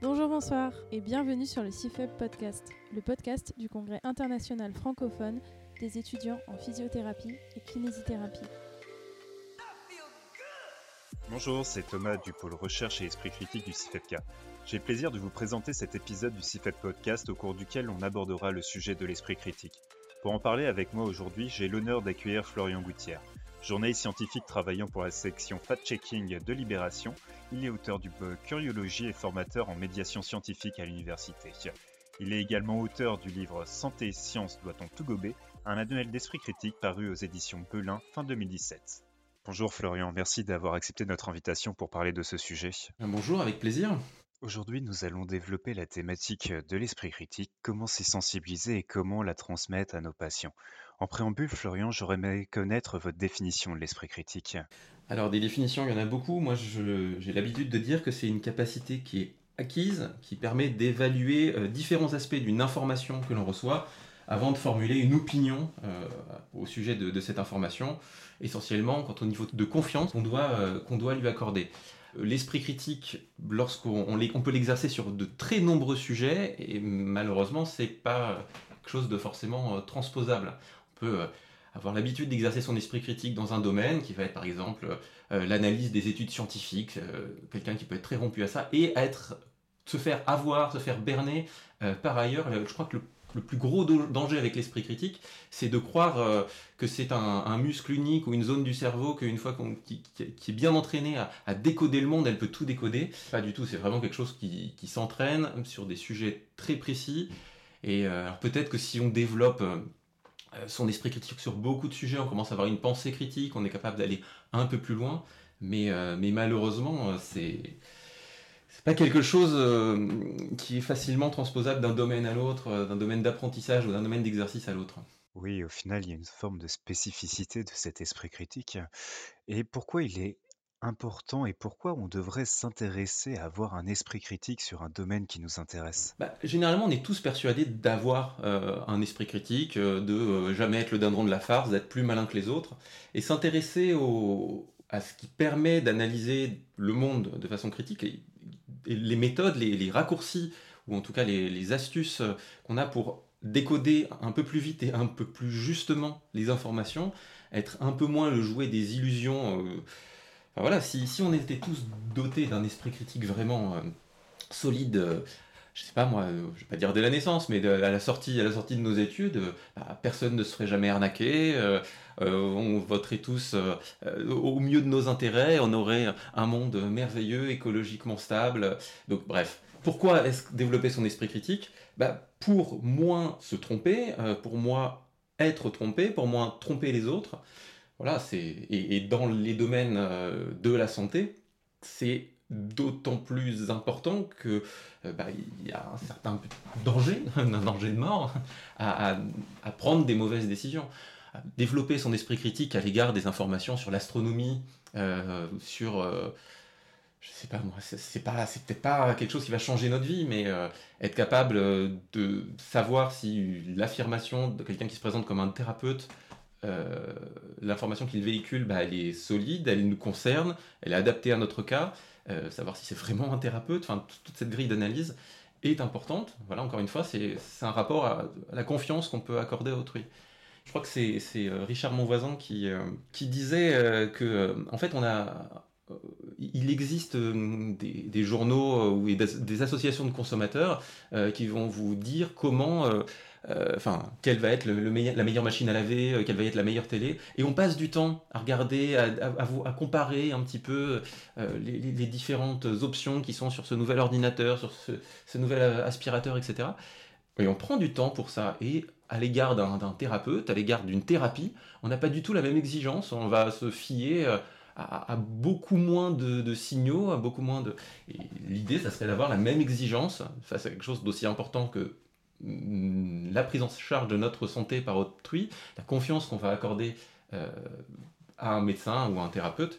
Bonjour, bonsoir et bienvenue sur le CIFEB Podcast, le podcast du Congrès international francophone des étudiants en physiothérapie et kinésithérapie. Bonjour, c'est Thomas du pôle recherche et esprit critique du CIFEBK. J'ai le plaisir de vous présenter cet épisode du CIFEB Podcast au cours duquel on abordera le sujet de l'esprit critique. Pour en parler avec moi aujourd'hui, j'ai l'honneur d'accueillir Florian Gouttière. Journaliste scientifique travaillant pour la section Fact-Checking de Libération, il est auteur du blog Curiologie et formateur en médiation scientifique à l'université. Il est également auteur du livre Santé et sciences, doit-on tout gober, un manuel d'esprit critique paru aux éditions Belin fin 2017. Bonjour Florian, merci d'avoir accepté notre invitation pour parler de ce sujet. Bonjour, avec plaisir. Aujourd'hui, nous allons développer la thématique de l'esprit critique, comment s'y sensibiliser et comment la transmettre à nos patients. En préambule, Florian, j'aurais aimé connaître votre définition de l'esprit critique. Alors, des définitions, il y en a beaucoup. Moi, j'ai l'habitude de dire que c'est une capacité qui est acquise, qui permet d'évaluer différents aspects d'une information que l'on reçoit avant de formuler une opinion au sujet de cette information, essentiellement quant au niveau de confiance qu'on doit lui accorder. L'esprit critique, on peut l'exercer sur de très nombreux sujets, et malheureusement, c'est pas quelque chose de forcément transposable. On peut avoir l'habitude d'exercer son esprit critique dans un domaine qui va être par exemple l'analyse des études scientifiques, quelqu'un qui peut être très rompu à ça, et se faire berner par ailleurs. Je crois que le plus gros danger avec l'esprit critique, c'est de croire que c'est un muscle unique ou une zone du cerveau qu'une fois qui est bien entraînée à décoder le monde, elle peut tout décoder. Pas du tout, c'est vraiment quelque chose qui s'entraîne sur des sujets très précis. Et alors peut-être que si on développe son esprit critique sur beaucoup de sujets, on commence à avoir une pensée critique, on est capable d'aller un peu plus loin, mais malheureusement, c'est pas quelque chose qui est facilement transposable d'un domaine à l'autre, d'un domaine d'apprentissage ou d'un domaine d'exercice à l'autre. Oui, au final, il y a une forme de spécificité de cet esprit critique. Et pourquoi il est important et pourquoi on devrait s'intéresser à avoir un esprit critique sur un domaine qui nous intéresse? Généralement, on est tous persuadés d'avoir un esprit critique, de jamais être le dindon de la farce, d'être plus malin que les autres, et s'intéresser à ce qui permet d'analyser le monde de façon critique, et les méthodes, les raccourcis, ou en tout cas les astuces qu'on a pour décoder un peu plus vite et un peu plus justement les informations, être un peu moins le jouet des illusions. Enfin, voilà, si on était tous dotés d'un esprit critique vraiment solide, je sais pas moi, je vais pas dire dès la naissance, mais à la sortie de nos études, personne ne se ferait jamais arnaquer, on voterait tous au mieux de nos intérêts, on aurait un monde merveilleux, écologiquement stable. Donc bref, pourquoi est-ce développer son esprit critique ? Pour moins se tromper, pour moins être trompé, pour moins tromper les autres. Voilà, et dans les domaines de la santé, c'est d'autant plus important que il y a un certain danger, un danger de mort, à prendre des mauvaises décisions. Développer son esprit critique à l'égard des informations sur l'astronomie, je sais pas moi, c'est peut-être pas quelque chose qui va changer notre vie, mais être capable de savoir si l'affirmation de quelqu'un qui se présente comme un thérapeute, l'information qu'il véhicule, elle est solide, elle nous concerne, elle est adaptée à notre cas, savoir si c'est vraiment un thérapeute, enfin toute cette grille d'analyse est importante. Voilà, encore une fois, c'est un rapport à la confiance qu'on peut accorder à autrui. Je crois que c'est Richard Monvoisin qui disait que en fait il existe des journaux ou des associations de consommateurs qui vont vous dire comment quelle va être la meilleure machine à laver, quelle va être la meilleure télé, et on passe du temps à regarder, à comparer un petit peu les différentes options qui sont sur ce nouvel ordinateur, sur ce nouvel aspirateur, etc. Et on prend du temps pour ça, et à l'égard d'un thérapeute, à l'égard d'une thérapie, on n'a pas du tout la même exigence, on va se fier à beaucoup moins de signaux, à beaucoup moins de... Et l'idée, ça serait d'avoir la même exigence face à quelque chose d'aussi important que la prise en charge de notre santé par autrui, la confiance qu'on va accorder à un médecin ou à un thérapeute,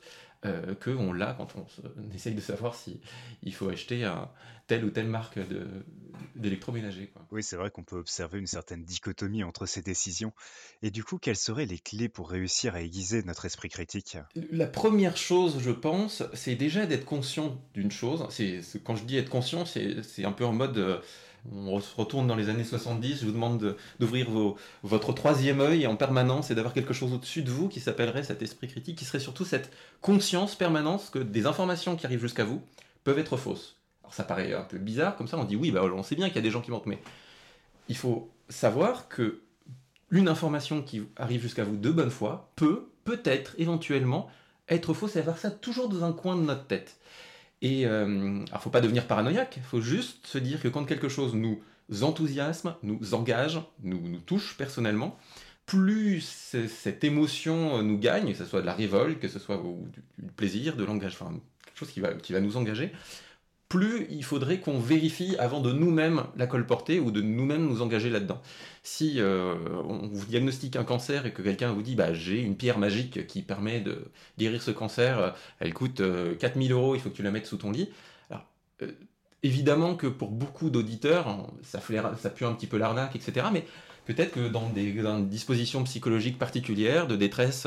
qu'on l'a quand on essaye de savoir si il faut acheter telle ou telle marque d'électroménager, quoi. Oui, c'est vrai qu'on peut observer une certaine dichotomie entre ces décisions. Et du coup, quelles seraient les clés pour réussir à aiguiser notre esprit critique? La première chose, je pense, c'est déjà d'être conscient d'une chose. Quand je dis être conscient, c'est un peu en mode... on se retourne dans les années 70, je vous demande d'ouvrir votre troisième œil en permanence et d'avoir quelque chose au-dessus de vous qui s'appellerait cet esprit critique, qui serait surtout cette conscience permanente que des informations qui arrivent jusqu'à vous peuvent être fausses. Alors ça paraît un peu bizarre, comme ça on dit oui, bah, on sait bien qu'il y a des gens qui mentent, mais il faut savoir que une information qui arrive jusqu'à vous de bonne foi peut-être, éventuellement, être fausse et avoir ça toujours dans un coin de notre tête. Et alors, faut pas devenir paranoïaque, il faut juste se dire que quand quelque chose nous enthousiasme, nous engage, nous touche personnellement, plus cette émotion nous gagne, que ce soit de la révolte, que ce soit du plaisir, de l'engagement, enfin, quelque chose qui va nous engager, plus il faudrait qu'on vérifie avant de nous-mêmes la colporter ou de nous-mêmes nous engager là-dedans. Si on vous diagnostique un cancer et que quelqu'un vous dit j'ai une pierre magique qui permet de guérir ce cancer, elle coûte 4000 €, il faut que tu la mettes sous ton lit. Alors, évidemment que pour beaucoup d'auditeurs, ça pue un petit peu l'arnaque, etc. Mais peut-être que dans des dispositions psychologiques particulières, de détresse,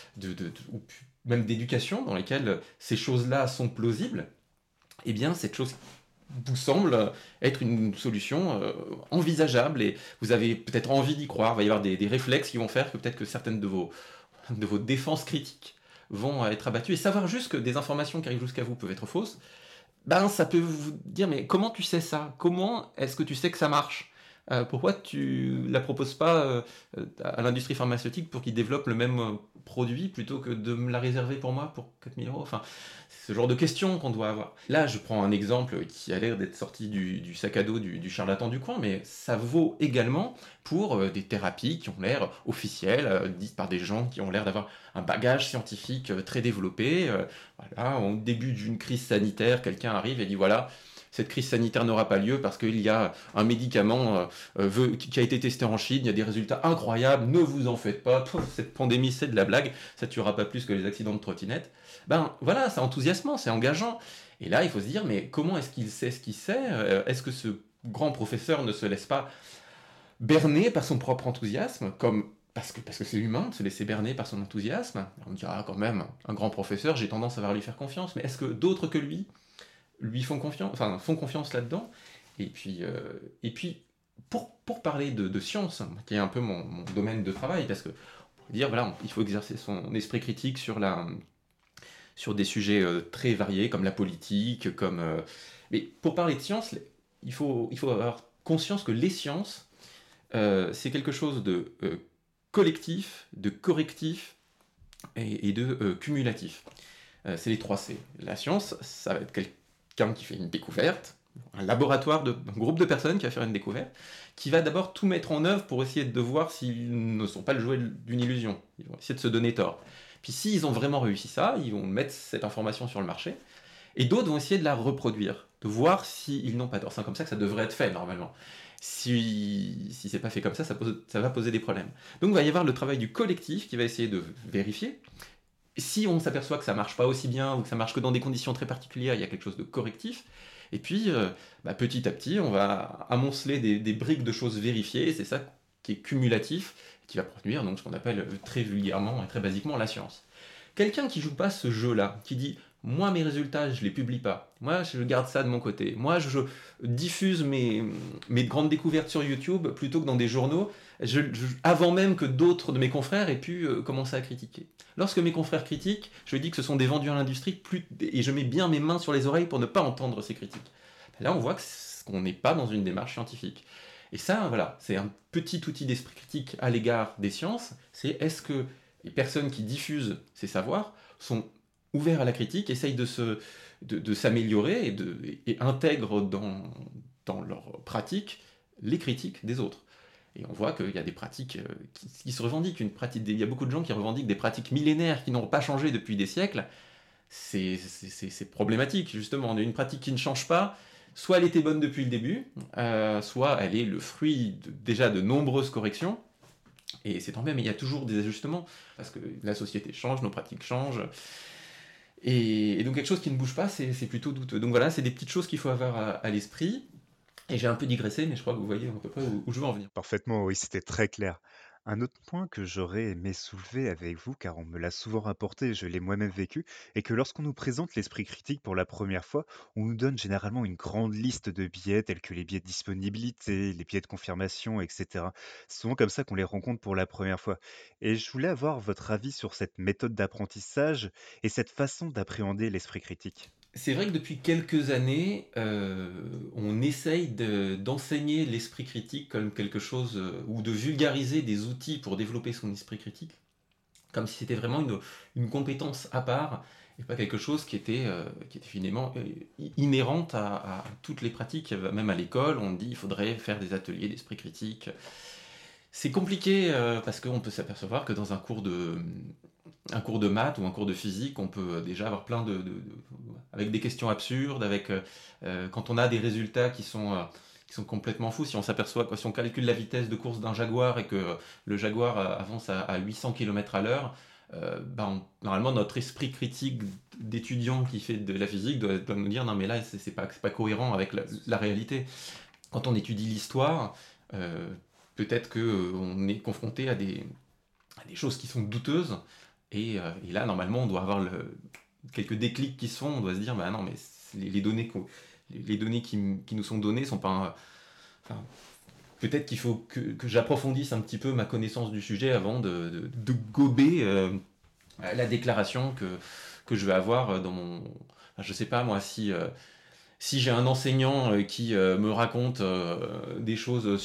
ou même d'éducation, dans lesquelles ces choses-là sont plausibles, eh bien, cette chose vous semble être une solution envisageable et vous avez peut-être envie d'y croire. Il va y avoir des réflexes qui vont faire que peut-être que certaines de vos défenses critiques vont être abattues. Et savoir juste que des informations qui arrivent jusqu'à vous peuvent être fausses, ça peut vous dire, mais comment tu sais ça? Comment est-ce que tu sais que ça marche? Pourquoi tu la proposes pas à l'industrie pharmaceutique pour qu'ils développent le même produit plutôt que de me la réserver pour moi pour 4000 €? Enfin, c'est ce genre de questions qu'on doit avoir. Là, je prends un exemple qui a l'air d'être sorti du sac à dos du charlatan du coin, mais ça vaut également pour des thérapies qui ont l'air officielles, dites par des gens qui ont l'air d'avoir un bagage scientifique très développé. Voilà, au début d'une crise sanitaire, quelqu'un arrive et dit voilà, cette crise sanitaire n'aura pas lieu parce qu'il y a un médicament qui a été testé en Chine, il y a des résultats incroyables, ne vous en faites pas, cette pandémie c'est de la blague, ça ne tuera pas plus que les accidents de trottinette. Voilà, c'est enthousiasmant, c'est engageant. Et là, il faut se dire, mais comment est-ce qu'il sait ce qu'il sait? Est-ce que ce grand professeur ne se laisse pas berner par son propre enthousiasme, parce que c'est humain de se laisser berner par son enthousiasme? On dira quand même, un grand professeur, j'ai tendance à lui faire confiance, mais est-ce que d'autres que lui font confiance là-dedans? Et puis pour parler de science, qui est un peu mon domaine de travail, parce que pour dire, voilà, il faut exercer son esprit critique sur des sujets très variés, comme la politique, mais pour parler de science, il faut avoir conscience que les sciences, c'est quelque chose de collectif, de correctif et de cumulatif. C'est les 3 C. La science, ça va être quelqu'un qui fait une découverte, un laboratoire un groupe de personnes qui va faire une découverte, qui va d'abord tout mettre en œuvre pour essayer de voir s'ils ne sont pas le jouet d'une illusion. Ils vont essayer de se donner tort. Puis s'ils ont vraiment réussi ça, ils vont mettre cette information sur le marché, et d'autres vont essayer de la reproduire, de voir s'ils n'ont pas tort. C'est comme ça que ça devrait être fait normalement. Si c'est pas fait comme ça, ça va poser des problèmes. Donc il va y avoir le travail du collectif qui va essayer de vérifier. Si on s'aperçoit que ça marche pas aussi bien ou que ça marche que dans des conditions très particulières, il y a quelque chose de correctif. Et puis, petit à petit, on va amonceler des briques de choses vérifiées. C'est ça qui est cumulatif, qui va produire donc ce qu'on appelle très vulgairement et très basiquement la science. Quelqu'un qui joue pas ce jeu-là, qui dit moi mes résultats je les publie pas, moi je garde ça de mon côté, moi je diffuse mes grandes découvertes sur YouTube plutôt que dans des journaux, avant même que d'autres de mes confrères aient pu commencer à critiquer. Lorsque mes confrères critiquent, je dis que ce sont des vendus à l'industrie et je mets bien mes mains sur les oreilles pour ne pas entendre ces critiques. Là on voit qu'on n'est pas dans une démarche scientifique. Et ça, voilà, c'est un petit outil d'esprit critique à l'égard des sciences, c'est est-ce que les personnes qui diffusent ces savoirs sont ouverts à la critique, essayent de s'améliorer et intègrent dans leur pratique les critiques des autres. Et on voit qu'il y a des pratiques qui se revendiquent. Il y a beaucoup de gens qui revendiquent des pratiques millénaires qui n'ont pas changé depuis des siècles. C'est problématique, justement. On a une pratique qui ne change pas. Soit elle était bonne depuis le début, soit elle est le fruit déjà de nombreuses corrections. Et c'est tant bien, mais il y a toujours des ajustements, parce que la société change, nos pratiques changent. Et donc quelque chose qui ne bouge pas, c'est plutôt douteux. Donc voilà, c'est des petites choses qu'il faut avoir à l'esprit. Et j'ai un peu digressé, mais je crois que vous voyez à peu près où je veux en venir. Parfaitement, oui, c'était très clair. Un autre point que j'aurais aimé soulever avec vous, car on me l'a souvent rapporté, je l'ai moi-même vécu, est que lorsqu'on nous présente l'esprit critique pour la première fois, on nous donne généralement une grande liste de biais, tels que les biais de disponibilité, les biais de confirmation, etc. C'est souvent comme ça qu'on les rencontre pour la première fois. Et je voulais avoir votre avis sur cette méthode d'apprentissage et cette façon d'appréhender l'esprit critique. C'est vrai que depuis quelques années, on essaye d'enseigner l'esprit critique comme quelque chose, ou de vulgariser des outils pour développer son esprit critique, comme si c'était vraiment une compétence à part, et pas quelque chose qui était finalement inhérente à toutes les pratiques. Même à l'école, on dit qu'il faudrait faire des ateliers d'esprit critique. C'est compliqué parce qu'on peut s'apercevoir que dans un cours de maths ou un cours de physique, on peut déjà avoir plein avec des questions absurdes, quand on a des résultats qui sont complètement fous. Si on s'aperçoit, si on calcule la vitesse de course d'un jaguar et que le jaguar avance à 800 km à l'heure, normalement notre esprit critique d'étudiant qui fait de la physique doit nous dire non mais là c'est pas cohérent avec la réalité. Quand on étudie l'histoire, peut-être qu'on est confronté à des choses qui sont douteuses, et là, normalement, on doit avoir quelques déclics qui se font, on doit se dire, bah non, mais les données, les données qui nous sont données sont pas... Enfin, peut-être qu'il faut que j'approfondisse un petit peu ma connaissance du sujet avant de gober la déclaration que je vais avoir dans mon... Enfin, je sais pas, moi, si j'ai un enseignant qui me raconte des choses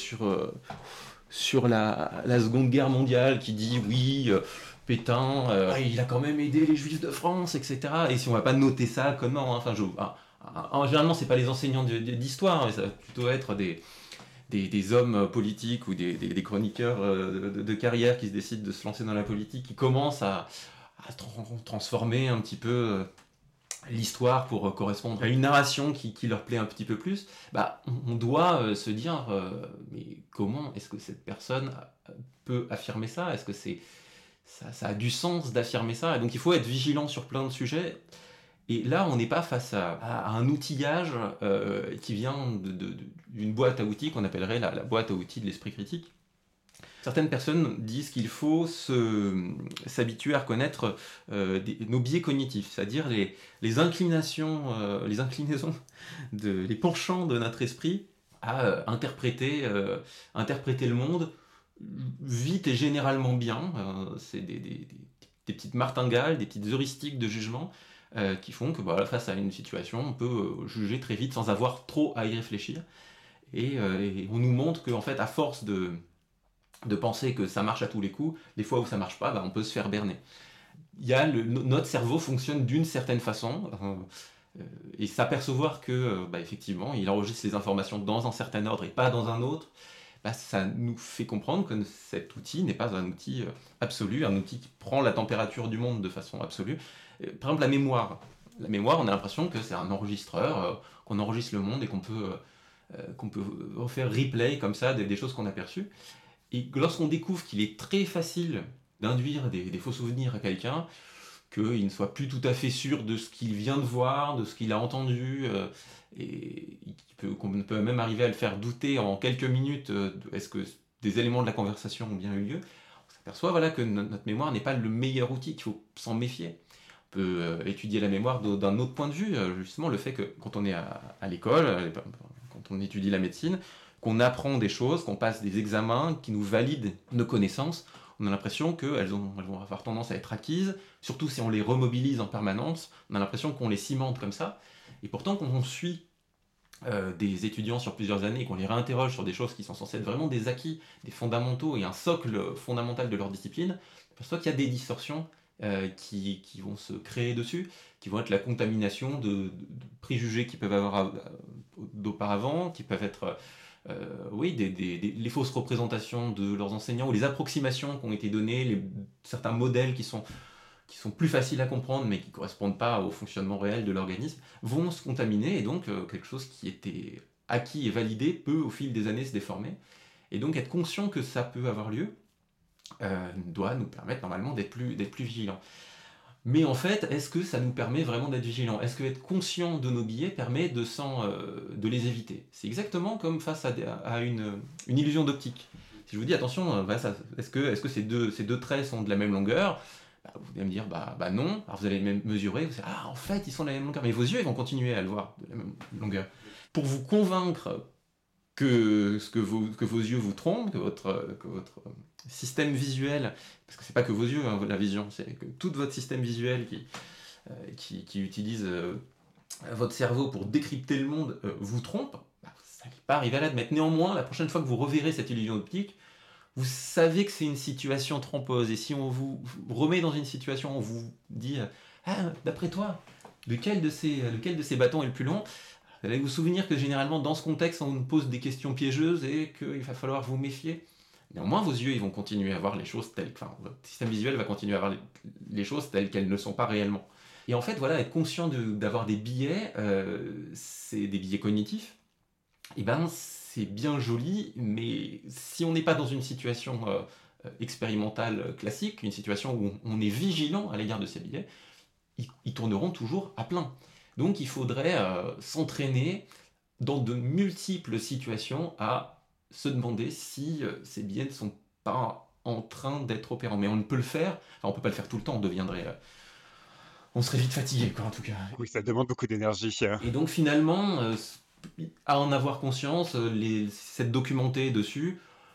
sur la Seconde Guerre mondiale, qui dit oui, Pétain, il a quand même aidé les Juifs de France, etc. Et si on va pas noter ça comment, enfin, généralement c'est pas les enseignants d'histoire, mais ça va plutôt être des hommes politiques ou des chroniqueurs de carrière qui se décident de se lancer dans la politique, qui commencent à transformer un petit peu l'histoire pour correspondre à une narration qui leur plaît un petit peu plus. On doit se dire mais comment est-ce que cette personne peut affirmer ça ? Est-ce que ça a du sens d'affirmer ça ? Et donc il faut être vigilant sur plein de sujets. Et là, on n'est pas face à un outillage qui vient d'une boîte à outils qu'on appellerait la boîte à outils de l'esprit critique. Certaines personnes disent qu'il faut s'habituer à reconnaître nos biais cognitifs, c'est-à-dire les inclinaisons, les penchants de notre esprit à interpréter le monde vite et généralement bien. C'est des petites martingales, des petites heuristiques de jugement qui font que face à une situation, on peut juger très vite sans avoir trop à y réfléchir. Et on nous montre qu'en fait, à force de penser que ça marche à tous les coups, les fois où ça marche pas, on peut se faire berner. Notre cerveau fonctionne d'une certaine façon, et s'apercevoir que effectivement il enregistre les informations dans un certain ordre et pas dans un autre, ça nous fait comprendre que cet outil n'est pas un outil absolu, un outil qui prend la température du monde de façon absolue. Par exemple, la mémoire, on a l'impression que c'est un enregistreur, qu'on enregistre le monde et qu'on peut faire replay comme ça des choses qu'on a perçues. Et lorsqu'on découvre qu'il est très facile d'induire des faux souvenirs à quelqu'un, qu'il ne soit plus tout à fait sûr de ce qu'il vient de voir, de ce qu'il a entendu, et qu'on peut même arriver à le faire douter en quelques minutes, est-ce que des éléments de la conversation ont bien eu lieu, on s'aperçoit que notre mémoire n'est pas le meilleur outil, qu'il faut s'en méfier. On peut étudier la mémoire d'un autre point de vue, justement le fait que quand on est à l'école, quand on étudie la médecine, qu'on apprend des choses, qu'on passe des examens qui nous valident nos connaissances, on a l'impression qu'elles vont avoir tendance à être acquises, surtout si on les remobilise en permanence, on a l'impression qu'on les cimente comme ça, et pourtant quand on suit des étudiants sur plusieurs années et qu'on les réinterroge sur des choses qui sont censées être vraiment des acquis, des fondamentaux et un socle fondamental de leur discipline, on perçoit qu'il y a des distorsions qui vont se créer dessus, qui vont être la contamination de préjugés qu'ils peuvent avoir d'auparavant, qui peuvent être les fausses représentations de leurs enseignants ou les approximations qui ont été données, certains modèles qui sont plus faciles à comprendre mais qui ne correspondent pas au fonctionnement réel de l'organisme, vont se contaminer, et donc quelque chose qui était acquis et validé peut au fil des années se déformer. Et donc être conscient que ça peut avoir lieu doit nous permettre normalement d'être plus vigilants. Mais en fait, est-ce que ça nous permet vraiment d'être vigilant? Est-ce que être conscient de nos biais permet de les éviter? C'est exactement comme face à une illusion d'optique. Si je vous dis attention, est-ce que ces deux traits sont de la même longueur? Vous allez me dire bah non. Alors vous allez même mesurer, vous allez dire, en fait ils sont de la même longueur, mais vos yeux ils vont continuer à le voir de la même longueur. Pour vous convaincre que vos yeux vous trompent, que votre système visuel, parce que c'est pas que vos yeux, la vision, c'est que tout votre système visuel qui utilise votre cerveau pour décrypter le monde vous trompe, ça n'est pas arrivé à l'admettre. Néanmoins, la prochaine fois que vous reverrez cette illusion optique, vous savez que c'est une situation trompeuse, et si on vous remet dans une situation où on vous dit d'après toi, lequel de ces bâtons est le plus long, vous allez vous souvenir que généralement dans ce contexte on pose des questions piégeuses et qu'il va falloir vous méfier. Néanmoins, vos yeux ils vont continuer à voir les choses votre système visuel va continuer à voir les choses telles qu'elles ne sont pas réellement. Et en fait, voilà, être conscient d'avoir des biais, c'est des biais cognitifs, et c'est bien joli, mais si on n'est pas dans une situation expérimentale classique, une situation où on est vigilant à l'égard de ces biais, ils tourneront toujours à plein. Donc il faudrait s'entraîner dans de multiples situations à se demander si ces biais ne sont pas en train d'être opérants. Mais on ne peut le faire, on ne peut pas le faire tout le temps, on serait vite fatigué, quoi, en tout cas. Oui, ça demande beaucoup d'énergie. Et donc finalement, à en avoir conscience, s'être documenté dessus,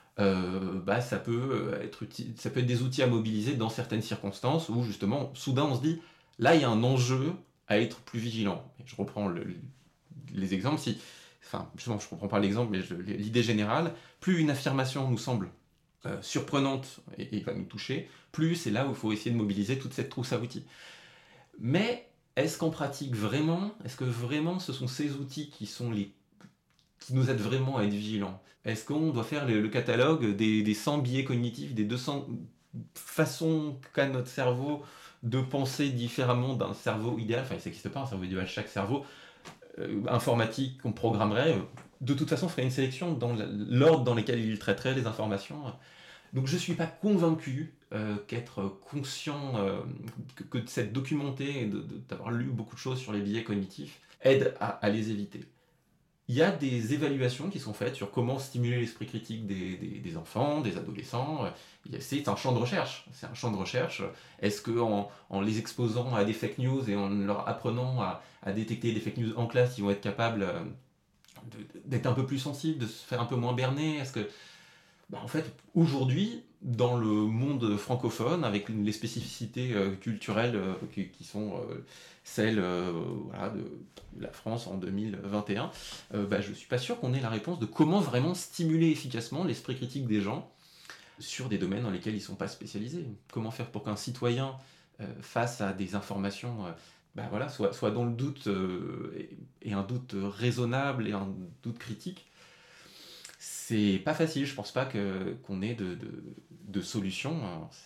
ça peut être des outils à mobiliser dans certaines circonstances où justement, soudain on se dit, là il y a un enjeu à être plus vigilant. Je reprends les exemples. Justement, je ne reprends pas l'exemple, mais l'idée générale, plus une affirmation nous semble surprenante et va nous toucher, plus c'est là où il faut essayer de mobiliser toute cette trousse à outils. Mais est-ce qu'en pratique est-ce que vraiment ce sont ces outils qui nous aident vraiment à être vigilants? Est-ce qu'on doit faire le catalogue des 100 biais cognitifs, des 200 façons qu'a notre cerveau de penser différemment d'un cerveau idéal? Enfin, ça n'existe pas un cerveau idéal. Chaque cerveau informatique qu'on programmerait, de toute façon, ferait une sélection dans l'ordre dans lequel il traiterait les informations. Donc je ne suis pas convaincu qu'être conscient, que de s'être documenté, d'avoir lu beaucoup de choses sur les biais cognitifs, aide à les éviter. Il y a des évaluations qui sont faites sur comment stimuler l'esprit critique des enfants, des adolescents. C'est un champ de recherche. Est-ce qu'en les exposant à des fake news et en leur apprenant à détecter des fake news en classe, ils vont être capables d'être un peu plus sensibles, de se faire un peu moins berner? Est-ce que, en fait, aujourd'hui, dans le monde francophone, avec les spécificités culturelles qui sont celles de la France en 2021, je ne suis pas sûr qu'on ait la réponse de comment vraiment stimuler efficacement l'esprit critique des gens sur des domaines dans lesquels ils ne sont pas spécialisés. Comment faire pour qu'un citoyen, face à des informations, soit dans le doute, et un doute raisonnable et un doute critique. C'est pas facile, je pense pas qu'on ait de solution.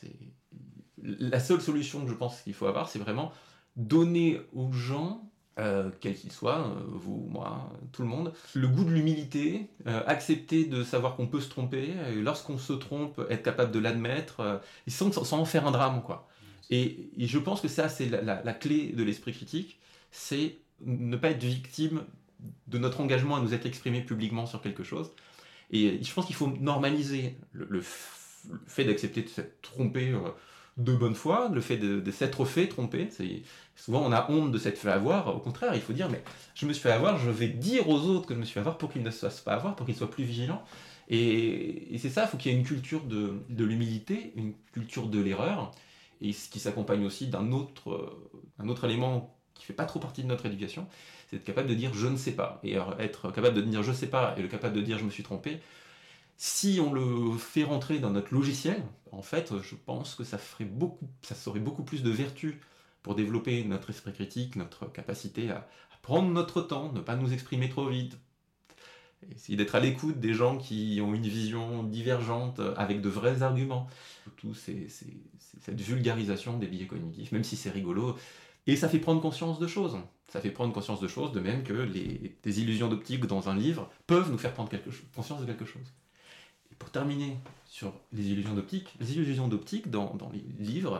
La seule solution que je pense qu'il faut avoir, c'est vraiment donner aux gens, quels qu'ils soient, vous, moi, tout le monde, le goût de l'humilité, accepter de savoir qu'on peut se tromper, et lorsqu'on se trompe, être capable de l'admettre, sans en faire un drame, quoi. Et je pense que ça, c'est la clé de l'esprit critique, c'est ne pas être victime de notre engagement à nous être exprimé publiquement sur quelque chose. Et je pense qu'il faut normaliser le fait d'accepter de s'être trompé de bonne foi, le fait de s'être fait tromper. Souvent on a honte de s'être fait avoir. Au contraire, il faut dire, mais je me suis fait avoir, je vais dire aux autres que je me suis fait avoir pour qu'ils ne se fassent pas avoir, pour qu'ils soient plus vigilants. Et c'est ça, il faut qu'il y ait une culture de l'humilité, une culture de l'erreur, et ce qui s'accompagne aussi d'un autre élément qui ne fait pas trop partie de notre éducation, c'est être capable de dire je ne sais pas, et être capable de dire je ne sais pas, et le capable de dire je me suis trompé. Si on le fait rentrer dans notre logiciel, en fait, je pense que ça aurait beaucoup plus de vertu pour développer notre esprit critique, notre capacité à prendre notre temps, ne pas nous exprimer trop vite, essayer d'être à l'écoute des gens qui ont une vision divergente avec de vrais arguments. Tout c'est cette vulgarisation des biais cognitifs, même si c'est rigolo. Et ça fait prendre conscience de choses. Ça fait prendre conscience de choses, de même que des illusions d'optique dans un livre peuvent nous faire prendre conscience de quelque chose. Et pour terminer sur les illusions d'optique dans les livres,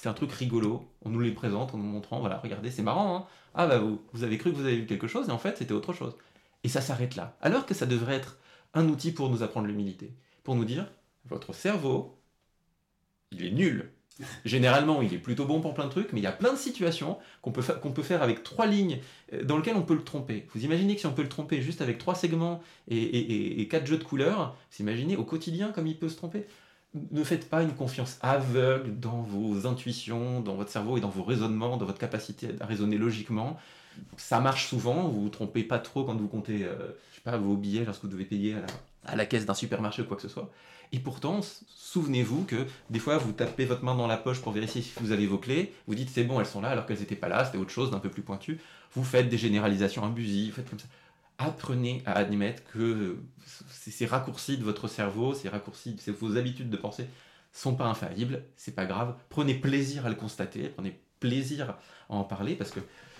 c'est un truc rigolo, on nous les présente en nous montrant, voilà, regardez, c'est marrant, hein. Ah bah vous avez cru que vous avez vu quelque chose, et en fait c'était autre chose. Et ça s'arrête là. Alors que ça devrait être un outil pour nous apprendre l'humilité, pour nous dire, votre cerveau, il est nul. Généralement, il est plutôt bon pour plein de trucs, mais il y a plein de situations qu'on peut faire avec 3 lignes dans lesquelles on peut le tromper. Vous imaginez que si on peut le tromper juste avec 3 segments et 4 jeux de couleurs, vous imaginez au quotidien comme il peut se tromper. Ne faites pas une confiance aveugle dans vos intuitions, dans votre cerveau et dans vos raisonnements, dans votre capacité à raisonner logiquement. Ça marche souvent, vous ne vous trompez pas trop quand vous comptez je sais pas, vos billets lorsque vous devez payer à la caisse d'un supermarché ou quoi que ce soit. Et pourtant, souvenez-vous que des fois, vous tapez votre main dans la poche pour vérifier si vous avez vos clés, vous dites c'est bon, elles sont là alors qu'elles n'étaient pas là, c'était autre chose d'un peu plus pointu. Vous faites des généralisations abusives, vous faites comme ça. Apprenez à admettre que ces raccourcis de votre cerveau, ces raccourcis, vos habitudes de pensée sont pas infaillibles, c'est pas grave. Prenez plaisir à le constater, prenez plaisir à en parler parce que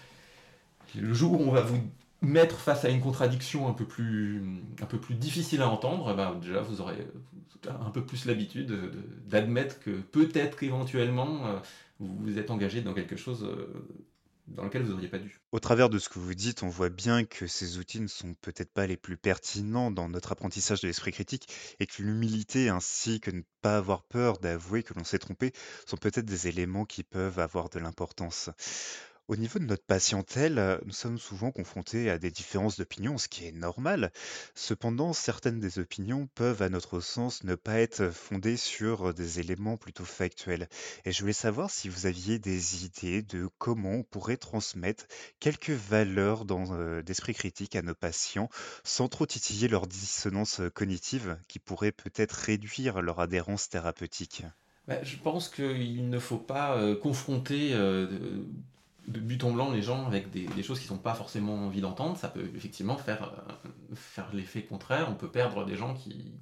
le jour où on va vous mettre face à une contradiction un peu plus difficile à entendre, ben déjà vous aurez un peu plus l'habitude d'admettre que peut-être qu'éventuellement vous vous êtes engagé dans quelque chose dans lequel vous n'auriez pas dû. Au travers de ce que vous dites, on voit bien que ces outils ne sont peut-être pas les plus pertinents dans notre apprentissage de l'esprit critique et que l'humilité ainsi que ne pas avoir peur d'avouer que l'on s'est trompé sont peut-être des éléments qui peuvent avoir de l'importance. Au niveau de notre patientèle, nous sommes souvent confrontés à des différences d'opinion, ce qui est normal. Cependant, certaines des opinions peuvent, à notre sens, ne pas être fondées sur des éléments plutôt factuels. Et je voulais savoir si vous aviez des idées de comment on pourrait transmettre quelques valeurs d'esprit critique à nos patients sans trop titiller leur dissonance cognitive qui pourrait peut-être réduire leur adhérence thérapeutique. Je pense qu'il ne faut pas confronter de but en blanc les gens avec des choses qu'ils n'ont pas forcément envie d'entendre. Ça peut effectivement faire l'effet contraire. On peut perdre des gens qui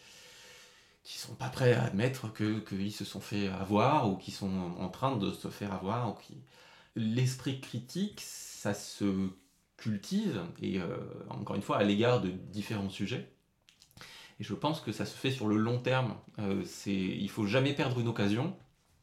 sont pas prêts à admettre qu'ils se sont fait avoir ou qui sont en train de se faire avoir. L'esprit critique, ça se cultive et encore une fois à l'égard de différents sujets. Et je pense que ça se fait sur le long terme. Il ne faut jamais perdre une occasion.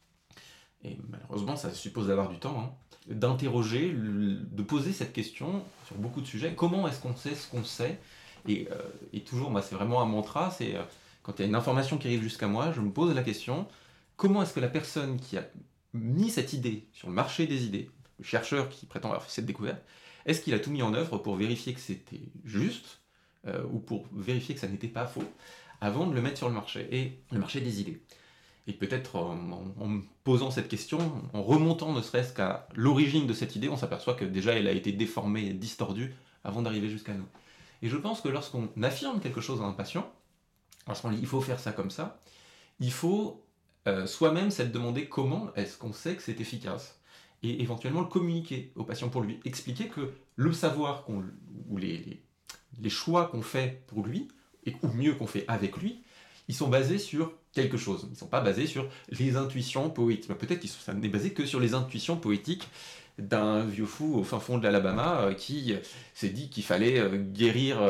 Et malheureusement, ça suppose d'avoir du temps, hein, d'interroger, de poser cette question sur beaucoup de sujets. Comment est-ce qu'on sait ce qu'on sait ? Et toujours, moi, c'est vraiment un mantra, c'est quand il y a une information qui arrive jusqu'à moi, je me pose la question, comment est-ce que la personne qui a mis cette idée sur le marché des idées, le chercheur qui prétend avoir fait cette découverte, est-ce qu'il a tout mis en œuvre pour vérifier que c'était juste ou pour vérifier que ça n'était pas faux avant de le mettre sur le marché, et le marché des idées. Et peut-être en me posant cette question, en remontant ne serait-ce qu'à l'origine de cette idée, on s'aperçoit que déjà elle a été déformée et distordue avant d'arriver jusqu'à nous. Et je pense que lorsqu'on affirme quelque chose à un patient, lorsqu'on dit il faut faire ça comme ça, il faut soi-même s'être demandé comment est-ce qu'on sait que c'est efficace, et éventuellement le communiquer au patient pour lui expliquer que le savoir ou les choix qu'on fait pour lui, ou mieux qu'on fait avec lui, ils sont basés sur quelque chose. Ils ne sont pas basés sur les intuitions poétiques. Peut-être que ça n'est basé que sur les intuitions poétiques d'un vieux fou au fin fond de l'Alabama qui s'est dit qu'il fallait guérir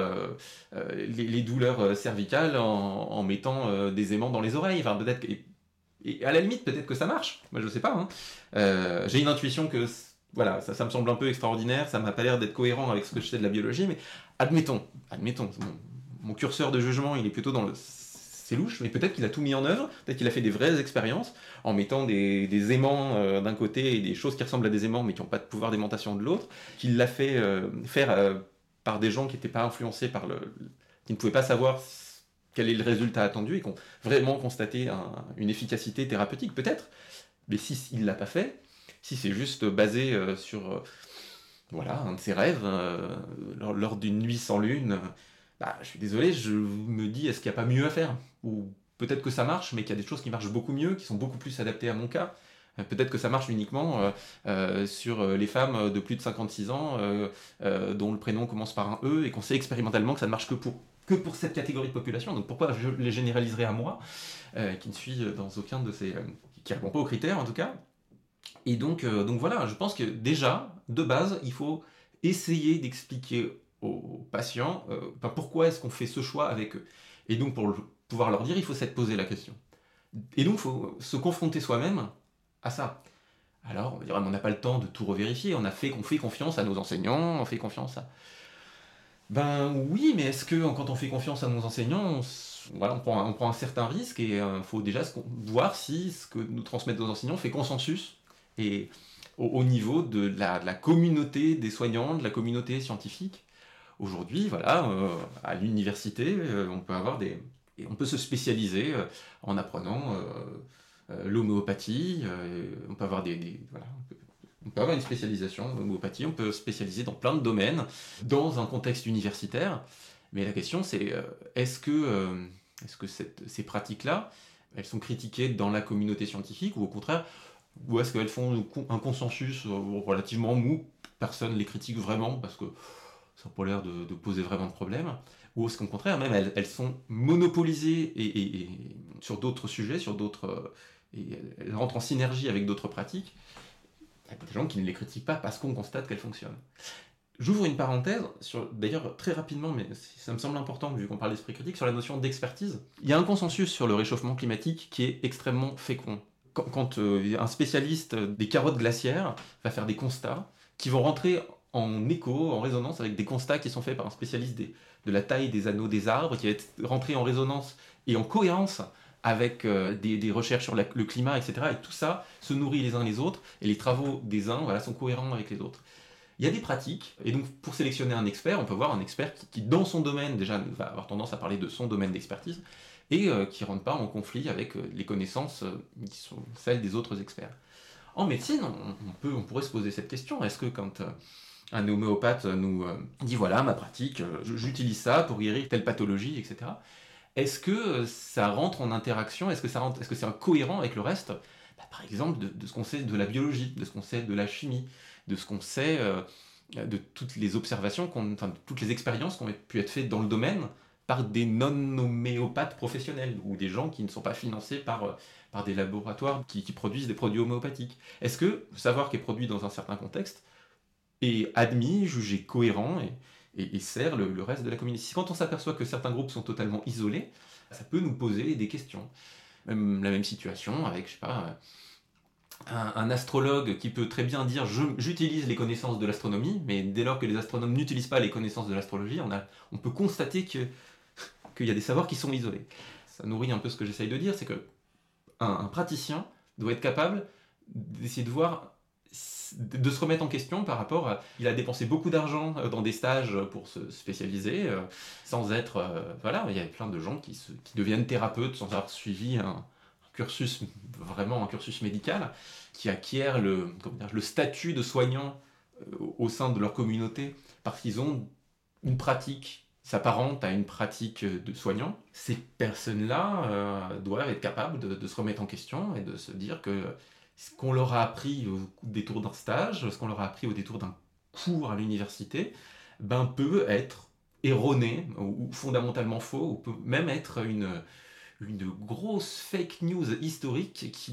les douleurs cervicales en mettant des aimants dans les oreilles. Enfin, peut-être et à la limite, peut-être que ça marche. Moi, je ne sais pas. Hein. J'ai une intuition que voilà, ça me semble un peu extraordinaire. Ça m'a pas l'air d'être cohérent avec ce que je sais de la biologie, mais admettons. Mon curseur de jugement, il est plutôt dans le... C'est louche, mais peut-être qu'il a tout mis en œuvre, peut-être qu'il a fait des vraies expériences en mettant des aimants d'un côté et des choses qui ressemblent à des aimants mais qui n'ont pas de pouvoir d'aimantation de l'autre, qu'il l'a fait faire par des gens qui n'étaient pas influencés qui ne pouvaient pas savoir quel est le résultat attendu et qui ont vraiment constaté une efficacité thérapeutique, peut-être. Mais si il ne l'a pas fait, si c'est juste basé sur voilà, un de ses rêves, lors d'une nuit sans lune... je suis désolé, je me dis, est-ce qu'il n'y a pas mieux à faire ? Ou peut-être que ça marche, mais qu'il y a des choses qui marchent beaucoup mieux, qui sont beaucoup plus adaptées à mon cas. Peut-être que ça marche uniquement sur les femmes de plus de 56 ans, dont le prénom commence par un E, et qu'on sait expérimentalement que ça ne marche que pour cette catégorie de population. Donc pourquoi je les généraliserais à moi, qui ne suis dans aucun de ces... qui ne répond pas aux critères en tout cas. Et donc voilà, je pense que déjà, de base, il faut essayer d'expliquer aux patients pourquoi est-ce qu'on fait ce choix avec eux. Et donc pour pouvoir leur dire, il faut s'être posé la question. Et donc il faut se confronter soi-même à ça. Alors, on va dire, on n'a pas le temps de tout revérifier, on fait confiance à nos enseignants, on fait confiance à... Ben oui, mais est-ce que quand on fait confiance à nos enseignants, voilà, on prend un certain risque et il faut déjà voir si ce que nous transmettent nos enseignants fait consensus et au niveau de la communauté des soignants, de la communauté scientifique. Aujourd'hui, voilà, à l'université, on peut se spécialiser en apprenant l'homéopathie. On peut avoir voilà, on peut avoir une spécialisation en homéopathie. On peut se spécialiser dans plein de domaines dans un contexte universitaire. Mais la question, c'est est-ce que ces pratiques-là, elles sont critiquées dans la communauté scientifique ou au contraire, ou est-ce qu'elles font un consensus relativement mou, personne ne les critique vraiment parce que ça n'a pas l'air de poser vraiment de problème, ou est-ce qu'au contraire, même elles sont monopolisées et sur d'autres sujets, et elles rentrent en synergie avec d'autres pratiques. Il y a des gens qui ne les critiquent pas parce qu'on constate qu'elles fonctionnent. J'ouvre une parenthèse, d'ailleurs très rapidement, mais ça me semble important vu qu'on parle d'esprit critique, sur la notion d'expertise. Il y a un consensus sur le réchauffement climatique qui est extrêmement fécond. Quand un spécialiste des carottes glaciaires va faire des constats qui vont rentrer en écho, en résonance avec des constats qui sont faits par un spécialiste de la taille des anneaux des arbres, qui va être rentré en résonance et en cohérence avec des recherches sur le climat, etc. Et tout ça se nourrit les uns les autres, et les travaux des uns sont cohérents avec les autres. Il y a des pratiques, et donc pour sélectionner un expert, on peut voir un expert qui dans son domaine, déjà, va avoir tendance à parler de son domaine d'expertise, et qui ne rentre pas en conflit avec les connaissances qui sont celles des autres experts. En médecine, on pourrait se poser cette question, est-ce que quand un homéopathe nous dit voilà ma pratique, j'utilise ça pour guérir telle pathologie, etc. Est-ce que ça rentre en interaction, est-ce que c'est cohérent avec le reste, par exemple de ce qu'on sait de la biologie, de ce qu'on sait de la chimie, de ce qu'on sait de toutes les observations, de toutes les expériences qui ont pu être faites dans le domaine par des non-homéopathes professionnels ou des gens qui ne sont pas financés par des laboratoires qui produisent des produits homéopathiques. Est-ce que le savoir qui est produit dans un certain contexte est admis, jugé cohérent et sert le reste de la communauté? Quand on s'aperçoit que certains groupes sont totalement isolés, ça peut nous poser des questions. Même la même situation avec, je sais pas, un astrologue qui peut très bien dire j'utilise les connaissances de l'astronomie, mais dès lors que les astronomes n'utilisent pas les connaissances de l'astrologie, on peut constater qu'il y a des savoirs qui sont isolés. Ça nourrit un peu ce que j'essaye de dire, c'est que un praticien doit être capable d'essayer de se remettre en question par rapport à... Il a dépensé beaucoup d'argent dans des stages pour se spécialiser, sans être... voilà, il y a plein de gens qui deviennent thérapeutes sans avoir suivi un cursus médical, qui acquièrent le statut de soignant au sein de leur communauté parce qu'ils ont une pratique s'apparente à une pratique de soignant. Ces personnes-là doivent être capables de se remettre en question et de se dire que ce qu'on leur a appris au détour d'un stage, ce qu'on leur a appris au détour d'un cours à l'université, peut être erroné ou fondamentalement faux, ou peut même être une grosse fake news historique qui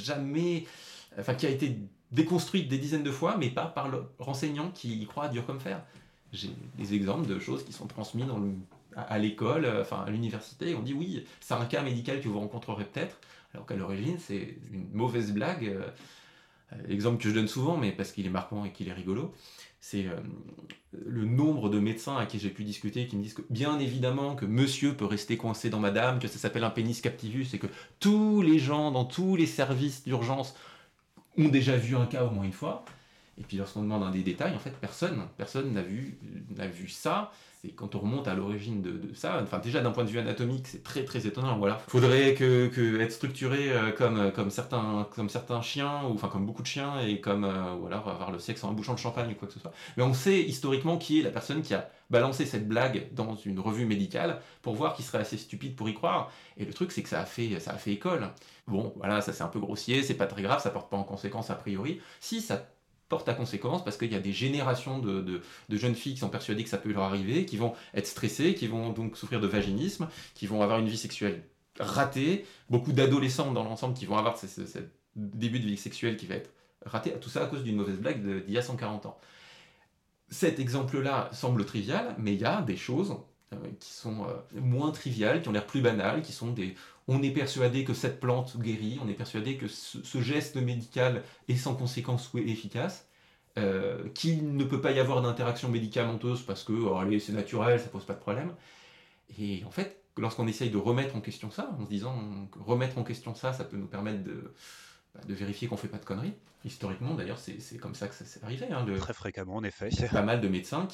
a été déconstruite des dizaines de fois, mais pas par le renseignant qui y croit dur comme fer. J'ai des exemples de choses qui sont transmises à l'école, à l'université, et on dit oui, c'est un cas médical que vous rencontrerez peut-être, alors qu'à l'origine c'est une mauvaise blague. L'exemple que je donne souvent, mais parce qu'il est marquant et qu'il est rigolo, c'est le nombre de médecins à qui j'ai pu discuter qui me disent que bien évidemment que monsieur peut rester coincé dans madame, que ça s'appelle un pénis captivus, et que tous les gens dans tous les services d'urgence ont déjà vu un cas au moins une fois. Et puis lorsqu'on demande des détails, en fait, personne n'a vu ça. Et quand on remonte à l'origine de ça, déjà d'un point de vue anatomique, c'est très très étonnant. Voilà. Faudrait que être structuré comme certains chiens, ou comme beaucoup de chiens, et ou alors avoir le sexe en bouchon de champagne ou quoi que ce soit. Mais on sait historiquement qui est la personne qui a balancé cette blague dans une revue médicale pour voir qu'il serait assez stupide pour y croire. Et le truc, c'est que ça a fait école. Bon, voilà, ça c'est un peu grossier, c'est pas très grave, ça porte pas en conséquence a priori. Si, ça porte à conséquence parce qu'il y a des générations de jeunes filles qui sont persuadées que ça peut leur arriver, qui vont être stressées, qui vont donc souffrir de vaginisme, qui vont avoir une vie sexuelle ratée, beaucoup d'adolescents dans l'ensemble qui vont avoir ce début de vie sexuelle qui va être raté, tout ça à cause d'une mauvaise blague d'il y a 140 ans. Cet exemple-là semble trivial, mais il y a des choses qui sont moins triviales, qui ont l'air plus banales, qui sont des... On est persuadé que cette plante guérit, on est persuadé que ce geste médical est sans conséquence ou efficace, qu'il ne peut pas y avoir d'interaction médicamenteuse parce que allez, c'est naturel, ça pose pas de problème. Et en fait, lorsqu'on essaye de remettre en question ça, en se disant que remettre en question ça, ça peut nous permettre de vérifier qu'on fait pas de conneries. Historiquement, d'ailleurs, c'est comme ça que ça s'est arrivé. Hein, Très fréquemment, en effet. pas mal de médecins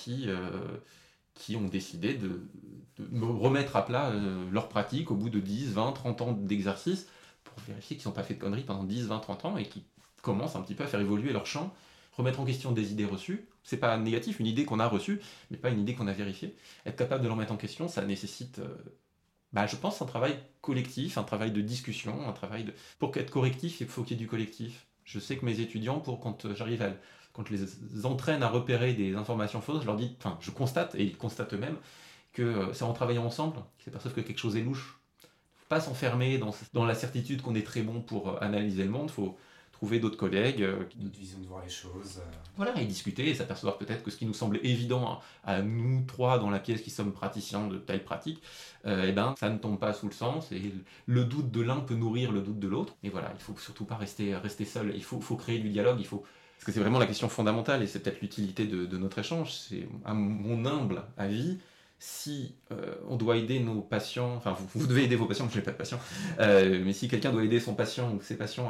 qui ont décidé de remettre à plat leur pratique au bout de 10, 20, 30 ans d'exercice pour vérifier qu'ils n'ont pas fait de conneries pendant 10, 20, 30 ans et qui commencent un petit peu à faire évoluer leur champ, remettre en question des idées reçues. C'est pas négatif, une idée qu'on a reçue, mais pas une idée qu'on a vérifiée. Être capable de le remettre en question, ça nécessite, je pense, un travail collectif, un travail de discussion, Pour être correctif, il faut qu'il y ait du collectif. Je sais que mes étudiants, quand je les entraîne à repérer des informations fausses, je constate, et ils constatent eux-mêmes, que c'est en travaillant ensemble qu'ils s'aperçoivent que quelque chose est louche. Il ne faut pas s'enfermer dans la certitude qu'on est très bon pour analyser le monde, il faut trouver d'autres collègues. D'autres visions de voir les choses. Voilà, et discuter et s'apercevoir peut-être que ce qui nous semble évident à nous trois dans la pièce qui sommes praticiens de telle pratique, ça ne tombe pas sous le sens et le doute de l'un peut nourrir le doute de l'autre. Et voilà, il ne faut surtout pas rester seul, il faut créer du dialogue, parce que c'est vraiment la question fondamentale et c'est peut-être l'utilité de notre échange, c'est à mon humble avis, si on doit aider nos patients, enfin vous devez aider vos patients, moi je n'ai pas de patients, mais si quelqu'un doit aider son patient ou ses patients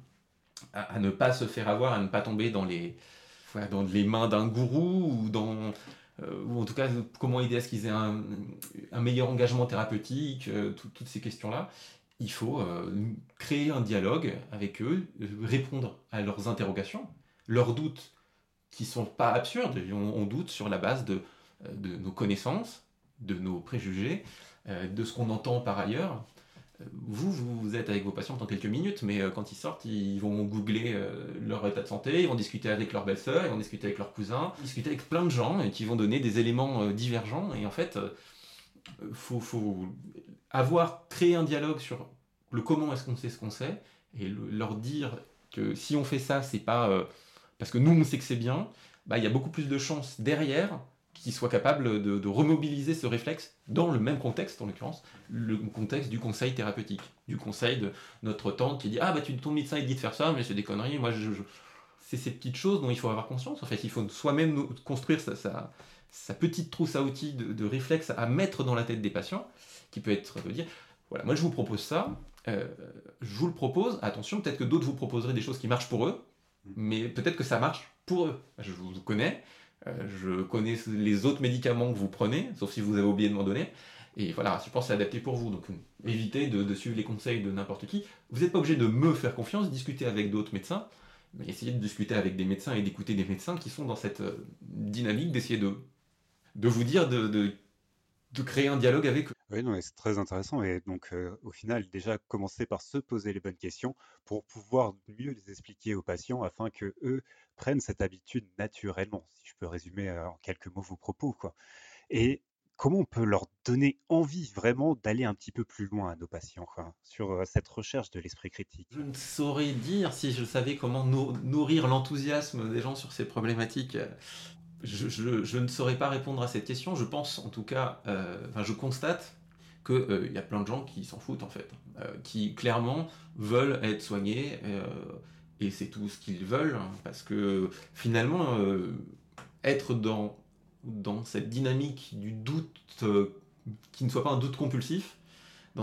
à ne pas se faire avoir, à ne pas tomber dans les mains d'un gourou ou en tout cas comment aider à ce qu'ils aient un meilleur engagement thérapeutique, toutes ces questions-là, il faut créer un dialogue avec eux, répondre à leurs interrogations, leurs doutes qui ne sont pas absurdes, on doute sur la base de nos connaissances, de nos préjugés, de ce qu'on entend par ailleurs. Vous êtes avec vos patients dans quelques minutes, mais quand ils sortent, ils vont googler leur état de santé, ils vont discuter avec leur belle-sœur, ils vont discuter avec leurs cousins, discuter avec plein de gens qui vont donner des éléments divergents. Et en fait, faut avoir créé un dialogue sur le comment est-ce qu'on sait ce qu'on sait, et leur dire que si on fait ça, c'est pas parce que nous on sait que c'est bien, il y a beaucoup plus de chances derrière qui soit capable de remobiliser ce réflexe dans le même contexte, en l'occurrence, le contexte du conseil thérapeutique, du conseil de notre tante qui dit « Ah, ton médecin il dit de faire ça, mais c'est des conneries, moi c'est ces petites choses dont il faut avoir conscience. En fait, il faut soi-même construire sa petite trousse à outils de réflexes à mettre dans la tête des patients, qui peut être de dire « Voilà, moi je vous propose ça, je vous le propose, attention, peut-être que d'autres vous proposeraient des choses qui marchent pour eux, mais peut-être que ça marche pour eux. Je vous connais, je connais les autres médicaments que vous prenez, sauf si vous avez oublié de m'en donner. Et voilà, je pense que c'est adapté pour vous. Donc évitez de suivre les conseils de n'importe qui. Vous n'êtes pas obligé de me faire confiance, discuter avec d'autres médecins, mais essayez de discuter avec des médecins et d'écouter des médecins qui sont dans cette dynamique d'essayer de vous dire, de créer un dialogue avec eux. Oui, non, c'est très intéressant. Et donc, au final, déjà, commencer par se poser les bonnes questions pour pouvoir mieux les expliquer aux patients afin que eux prennent cette habitude naturellement, si je peux résumer en quelques mots vos propos, quoi. Et comment on peut leur donner envie vraiment d'aller un petit peu plus loin à nos patients, quoi, sur cette recherche de l'esprit critique? Je ne saurais dire si je savais comment nourrir l'enthousiasme des gens sur ces problématiques. Je ne saurais pas répondre à cette question. Je pense, en tout cas, je constate qu'il y a plein de gens qui s'en foutent, en fait, qui clairement veulent être soignés, et c'est tout ce qu'ils veulent, hein, parce que finalement, être dans cette dynamique du doute, qui ne soit pas un doute compulsif, dans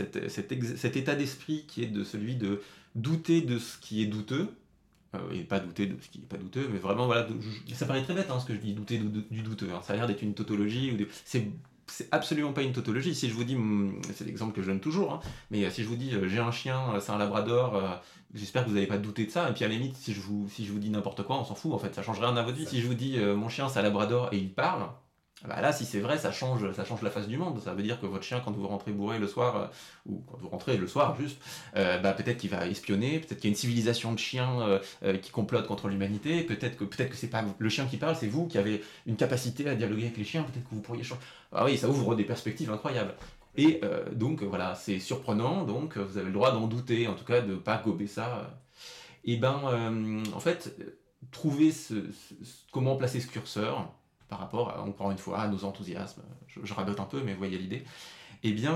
cet état d'esprit qui est de celui de douter de ce qui est douteux, et pas douter de ce qui n'est pas douteux, mais vraiment, voilà, ça paraît très bête ce que je dis, douter du douteux, hein. Ça a l'air d'être une tautologie, c'est absolument pas une tautologie. Si je vous dis, c'est l'exemple que je donne toujours, hein, mais si je vous dis j'ai un chien, c'est un labrador, j'espère que vous n'allez pas douter de ça, et puis à la limite, si je vous dis n'importe quoi, on s'en fout, en fait, ça change rien à votre vie. Si je vous dis mon chien c'est un labrador et il parle, là, si c'est vrai, ça change la face du monde. Ça veut dire que votre chien, quand vous rentrez bourré le soir, ou quand vous rentrez le soir juste, peut-être qu'il va espionner, peut-être qu'il y a une civilisation de chiens qui complote contre l'humanité, peut-être que c'est pas le chien qui parle, c'est vous qui avez une capacité à dialoguer avec les chiens, peut-être que vous pourriez changer. Ah oui, ça ouvre des perspectives incroyables. Et donc voilà, c'est surprenant, donc vous avez le droit d'en douter, en tout cas de ne pas gober ça. Et en fait, trouver comment placer ce curseur, par rapport, encore une fois, à nos enthousiasmes. Je radote un peu, mais vous voyez l'idée. Eh bien,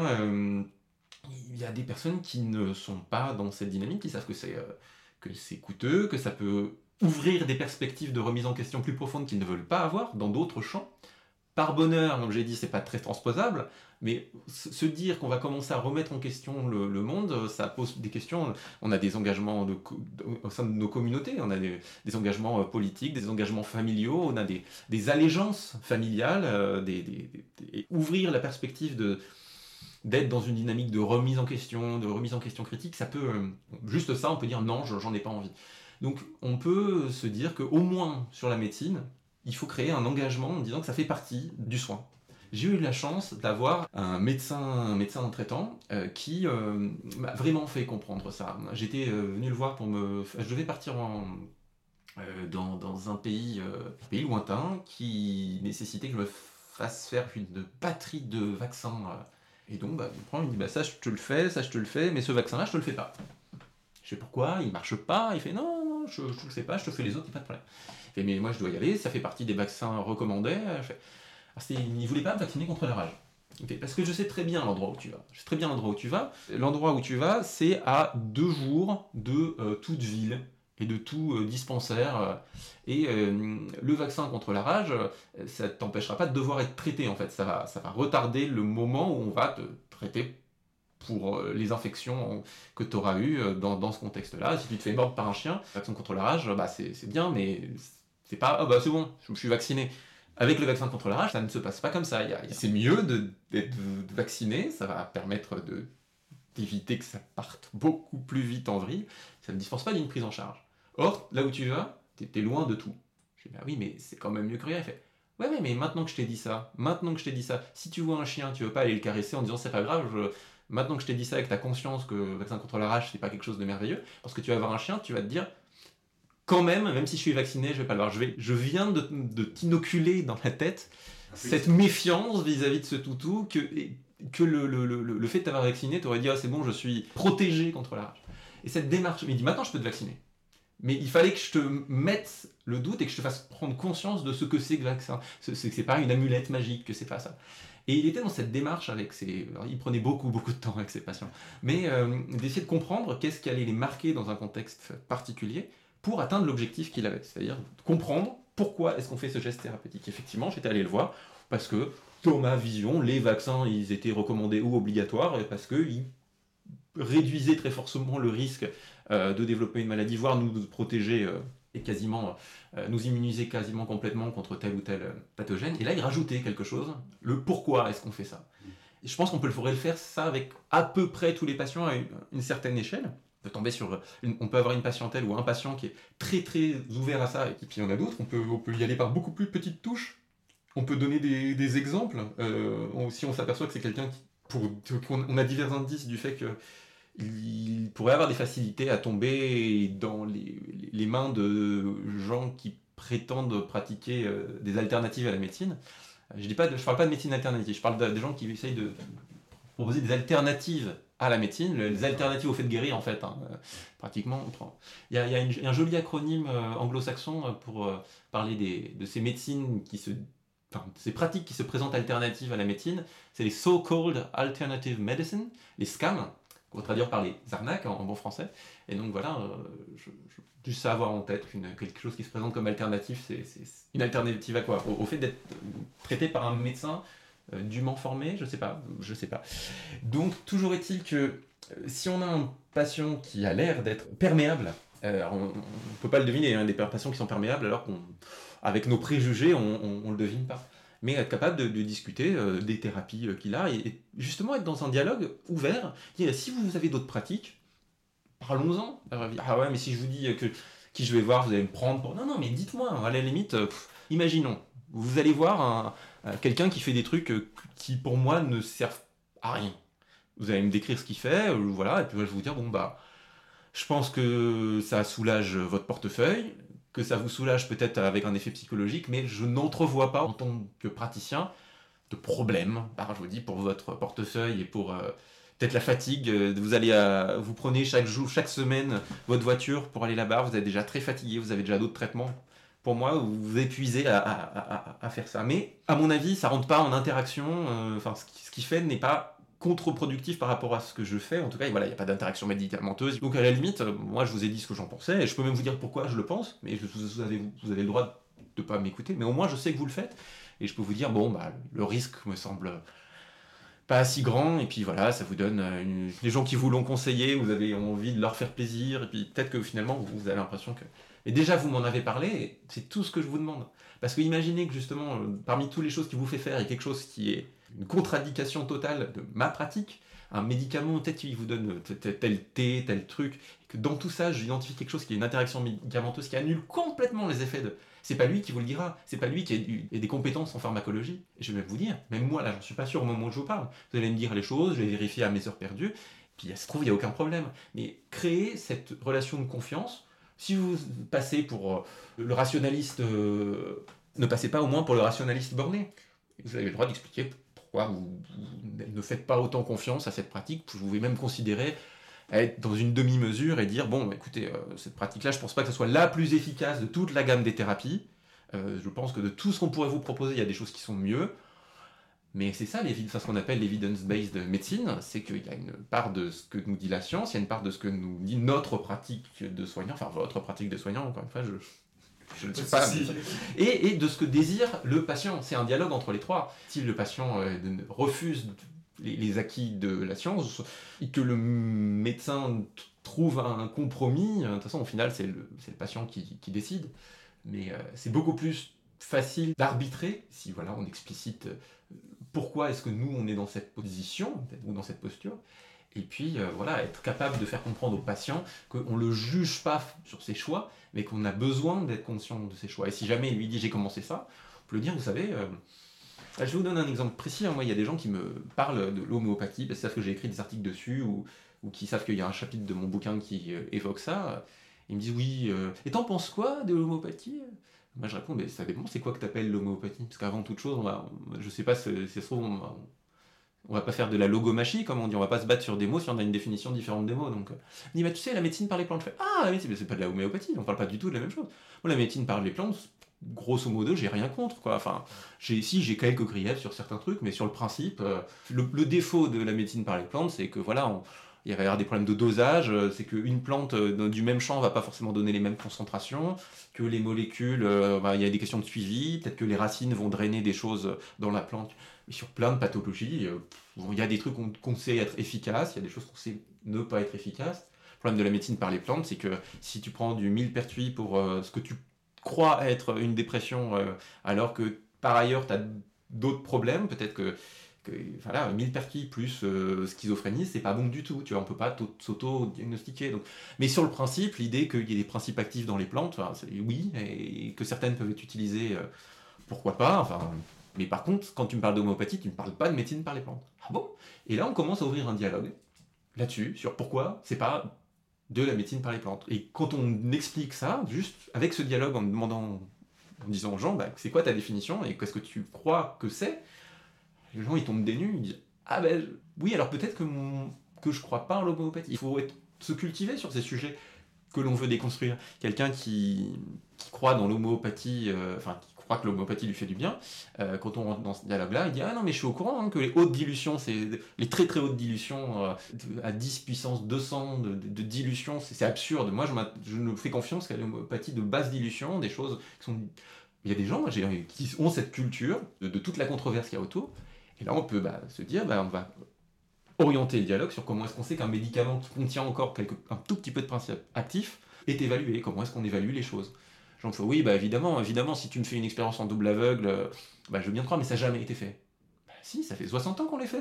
il y a des personnes qui ne sont pas dans cette dynamique, qui savent que c'est coûteux, que ça peut ouvrir des perspectives de remise en question plus profondes qu'ils ne veulent pas avoir dans d'autres champs. Par bonheur, comme j'ai dit, c'est pas très transposable, mais se dire qu'on va commencer à remettre en question le monde, ça pose des questions. On a des engagements au sein de nos communautés, on a des engagements politiques, des engagements familiaux, on a des allégeances familiales, et ouvrir la perspective d'être dans une dynamique de remise en question critique, ça peut, juste ça, on peut dire non, j'en ai pas envie. Donc on peut se dire qu'au moins sur la médecine, il faut créer un engagement en disant que ça fait partie du soin. J'ai eu la chance d'avoir un médecin traitant qui m'a vraiment fait comprendre ça. J'étais venu le voir je devais partir dans un pays lointain qui nécessitait que je me fasse faire une batterie de vaccins. Et donc, il me dit, ça je te le fais, mais ce vaccin-là, je te le fais pas. Je sais pourquoi, il marche pas. Il fait, non, je te le fais pas, je te fais les autres, pas de problème. Il fait, mais moi je dois y aller, ça fait partie des vaccins recommandés. Il ne voulait pas me vacciner contre la rage. Il fait, parce que je sais très bien l'endroit où tu vas. Je sais très bien l'endroit où tu vas. L'endroit où tu vas, c'est à 2 jours de toute ville et de tout dispensaire. Et le vaccin contre la rage, ça ne t'empêchera pas de devoir être traité, en fait. Ça va retarder le moment où on va te traiter pour les infections que tu auras eues dans ce contexte-là. Si tu te fais mordre par un chien, le vaccin contre la rage, c'est bien, mais c'est pas c'est bon, je suis vacciné. Avec le vaccin contre la rage, ça ne se passe pas comme ça. C'est mieux d'être vacciné, ça va permettre d'éviter que ça parte beaucoup plus vite en vrille. Ça ne dispense pas d'une prise en charge. Or, là où tu vas, t'es loin de tout. Je dis, oui, mais c'est quand même mieux que rien. Il fait, ouais, mais maintenant que je t'ai dit ça, si tu vois un chien, tu veux pas aller le caresser en disant c'est pas grave, maintenant que je t'ai dit ça et que tu as conscience que le vaccin contre la rage, c'est pas quelque chose de merveilleux, parce que tu vas voir un chien, tu vas te dire, quand même si je suis vacciné, je vais pas le voir. Je viens de t'inoculer dans la tête cette méfiance vis-à-vis de ce toutou que le fait de t'avoir vacciné, t'aurais dit, c'est bon, je suis protégé contre la rage. Et cette démarche, il dit, maintenant je peux te vacciner. Mais il fallait que je te mette le doute et que je te fasse prendre conscience de ce que c'est que le vaccin. C'est pas une amulette magique, que c'est pas ça. Et il était dans cette démarche alors, il prenait beaucoup de temps avec ses patients, mais d'essayer de comprendre qu'est-ce qui allait les marquer dans un contexte particulier pour atteindre l'objectif qu'il avait, c'est-à-dire comprendre pourquoi est-ce qu'on fait ce geste thérapeutique. Effectivement, j'étais allé le voir parce que, dans ma vision, les vaccins, ils étaient recommandés ou obligatoires parce qu'ils réduisaient très fortement le risque de développer une maladie, voire nous protéger et quasiment nous immuniser quasiment complètement contre tel ou tel pathogène. Et là, il rajoutait quelque chose, le pourquoi est-ce qu'on fait ça. Et je pense qu'on pourrait le faire ça avec à peu près tous les patients à une certaine échelle. On peut avoir une patientèle ou un patient qui est très très ouvert à ça, et puis il y en a d'autres, on peut y aller par beaucoup plus petites touches. On peut donner des exemples. Si on s'aperçoit que c'est quelqu'un on a divers indices du fait qu'il pourrait avoir des facilités à tomber dans les mains de gens qui prétendent pratiquer des alternatives à la médecine. Je parle pas de médecine alternative, je parle des gens qui essayent de proposer des alternatives à la médecine, les alternatives au fait de guérir en fait, pratiquement. Il y a un joli acronyme anglo-saxon pour parler de ces médecines ces pratiques qui se présentent alternatives à la médecine, c'est les so-called alternative medicine, les scams, qu'on va traduire par les arnaques en bon français. Et donc voilà, juste ça avoir en tête quelque chose qui se présente comme alternative, c'est une alternative à quoi ? Au fait d'être traité par un médecin dûment formé, je sais pas. Donc toujours est-il que si on a un patient qui a l'air d'être perméable, on peut pas le deviner, des patients qui sont perméables alors qu'avec nos préjugés on le devine pas, mais être capable de discuter des thérapies qu'il a et justement être dans un dialogue ouvert, dire si vous avez d'autres pratiques, parlons-en. Ah ouais, mais si je vous dis qui je vais voir, vous allez me prendre pour... Non, mais dites-moi, à la limite, imaginons, vous allez voir quelqu'un qui fait des trucs qui pour moi ne servent à rien. Vous allez me décrire ce qu'il fait, voilà, et puis moi je vais vous dire, je pense que ça soulage votre portefeuille, que ça vous soulage peut-être avec un effet psychologique, mais je n'entrevois pas en tant que praticien de problème, je vous dis, pour votre portefeuille et pour peut-être la fatigue. Vous prenez chaque semaine votre voiture pour aller là-bas, vous êtes déjà très fatigué, vous avez déjà d'autres traitements pour moi, vous vous épuisez à faire ça. Mais à mon avis, ça rentre pas en interaction. Ce qui fait n'est pas contre-productif par rapport à ce que je fais. En tout cas, voilà, il n'y a pas d'interaction médicamenteuse. Donc à la limite, moi je vous ai dit ce que j'en pensais, et je peux même vous dire pourquoi je le pense, mais vous avez le droit de ne pas m'écouter, mais au moins je sais que vous le faites, et je peux vous dire, le risque me semble pas si grand, et puis voilà, ça vous donne les gens qui vous l'ont conseillé, vous avez envie de leur faire plaisir, et puis peut-être que finalement vous avez l'impression que... Mais déjà vous m'en avez parlé, et c'est tout ce que je vous demande. Parce que imaginez que justement, parmi toutes les choses qui vous fait faire, il y a quelque chose qui est une contre-indication totale de ma pratique, un médicament, peut-être qu'il vous donne tel thé, tel truc, et que dans tout ça, j'identifie quelque chose qui est une interaction médicamenteuse qui annule complètement les effets de... C'est pas lui qui vous le dira, c'est pas lui qui a des compétences en pharmacologie. Et je vais même vous dire, même moi là, j'en suis pas sûr au moment où je vous parle. Vous allez me dire les choses, je vais vérifier à mes heures perdues, puis ça se trouve, il n'y a aucun problème. Mais créer cette relation de confiance, si vous passez pour le rationaliste, ne passez pas au moins pour le rationaliste borné. Vous avez le droit d'expliquer pourquoi vous ne faites pas autant confiance à cette pratique. Vous pouvez même considérer être dans une demi-mesure et dire, écoutez, cette pratique-là, je ne pense pas que ce soit la plus efficace de toute la gamme des thérapies. Je pense que de tout ce qu'on pourrait vous proposer, il y a des choses qui sont mieux. Mais c'est ça, ce qu'on appelle l'evidence-based medicine, c'est qu'il y a une part de ce que nous dit la science, il y a une part de ce que nous dit notre pratique de soignant, enfin votre pratique de soignant, encore une fois, je ne sais pas. Et de ce que désire le patient. C'est un dialogue entre les trois. Si le patient refuse les acquis de la science, et que le médecin trouve un compromis, de toute façon, au final, c'est le patient qui décide. Mais c'est beaucoup plus facile d'arbitrer, si voilà, on explicite pourquoi est-ce que nous, on est dans cette position, ou dans cette posture. Et puis, être capable de faire comprendre au patient qu'on ne le juge pas sur ses choix, mais qu'on a besoin d'être conscient de ses choix. Et si jamais il lui dit « j'ai commencé ça », on peut lui dire « vous savez, je vais vous donner un exemple précis. Moi, il y a des gens qui me parlent de l'homéopathie, parce qu'ils savent que j'ai écrit des articles dessus, ou qui savent qu'il y a un chapitre de mon bouquin qui évoque ça. Ils me disent « oui, et t'en penses quoi de l'homéopathie ?» Moi, je réponds « mais ça dépend, c'est quoi que t'appelles l'homéopathie ?» Parce qu'avant toute chose, je sais pas, c'est trop... On va pas faire de la logomachie, comme on dit, on va pas se battre sur des mots si on a une définition différente des mots. Donc, il dit, tu sais, la médecine par les plantes. Je fais, la médecine, mais c'est pas de la homéopathie, on parle pas du tout de la même chose. Moi, la médecine par les plantes, grosso modo, j'ai rien contre, quoi. Enfin, j'ai quelques griefs sur certains trucs, mais sur le principe, le défaut de la médecine par les plantes, c'est que voilà, il va y avoir des problèmes de dosage, c'est qu'une plante du même champ va pas forcément donner les mêmes concentrations, que les molécules, il y a des questions de suivi, peut-être que les racines vont drainer des choses dans la plante. Et sur plein de pathologies, il y a des trucs qu'on sait être efficaces, il y a des choses qu'on sait ne pas être efficaces. Le problème de la médecine par les plantes, c'est que si tu prends du millepertuis pour ce que tu crois être une dépression, alors que par ailleurs tu as d'autres problèmes, peut-être que millepertuis plus schizophrénie, c'est pas bon du tout, tu vois, on peut pas s'auto-diagnostiquer. Donc. Mais sur le principe, l'idée qu'il y ait des principes actifs dans les plantes, oui, et que certaines peuvent être utilisées, pourquoi pas, mais par contre, quand tu me parles d'homéopathie, tu ne me parles pas de médecine par les plantes. Ah bon ? Et là, on commence à ouvrir un dialogue là-dessus, sur pourquoi c'est pas de la médecine par les plantes. Et quand on explique ça, juste avec ce dialogue, en disant aux gens, c'est quoi ta définition et qu'est-ce que tu crois que c'est ? Les gens, ils tombent des nues, ils disent, oui, alors peut-être que je crois pas en l'homéopathie. Il faut se cultiver sur ces sujets que l'on veut déconstruire. Quelqu'un qui croit dans l'homéopathie, qui croit que l'homéopathie lui fait du bien, quand on rentre dans ce dialogue-là, il dit « Ah non, mais je suis au courant que les hautes dilutions, les très très hautes dilutions, à 10 puissance 200 de dilution, c'est absurde. Moi, je ne fais confiance qu'à l'homéopathie de basse dilution, des choses qui sont... » Il y a des gens qui ont cette culture de toute la controverse qu'il y a autour, et là, on peut se dire, on va orienter le dialogue sur comment est-ce qu'on sait qu'un médicament qui contient encore un tout petit peu de principe actif est évalué, comment est-ce qu'on évalue les choses. J'en fais, oui, évidemment, si tu me fais une expérience en double aveugle, je veux bien te croire, mais ça n'a jamais été fait. Si, ça fait 60 ans qu'on les fait.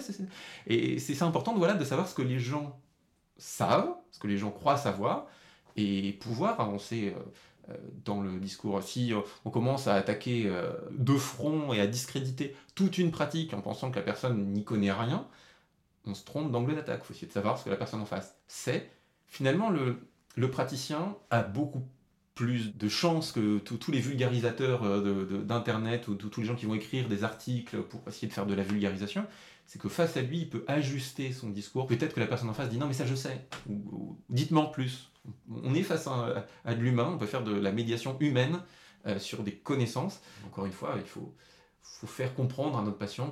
Et c'est important de savoir ce que les gens savent, ce que les gens croient savoir, et pouvoir avancer dans le discours. Si on commence à attaquer de front et à discréditer toute une pratique en pensant que la personne n'y connaît rien, on se trompe d'angle d'attaque. Il faut essayer de savoir ce que la personne en face sait. Finalement, le praticien a beaucoup plus de chances que tous les vulgarisateurs d'internet ou tous les gens qui vont écrire des articles pour essayer de faire de la vulgarisation. C'est que face à lui, il peut ajuster son discours. Peut-être que la personne en face dit « Non, mais ça, je sais. » ou « Dites-moi en plus. » On est face à de l'humain, on peut faire de la médiation humaine sur des connaissances. Encore une fois, il faut faire comprendre à notre patient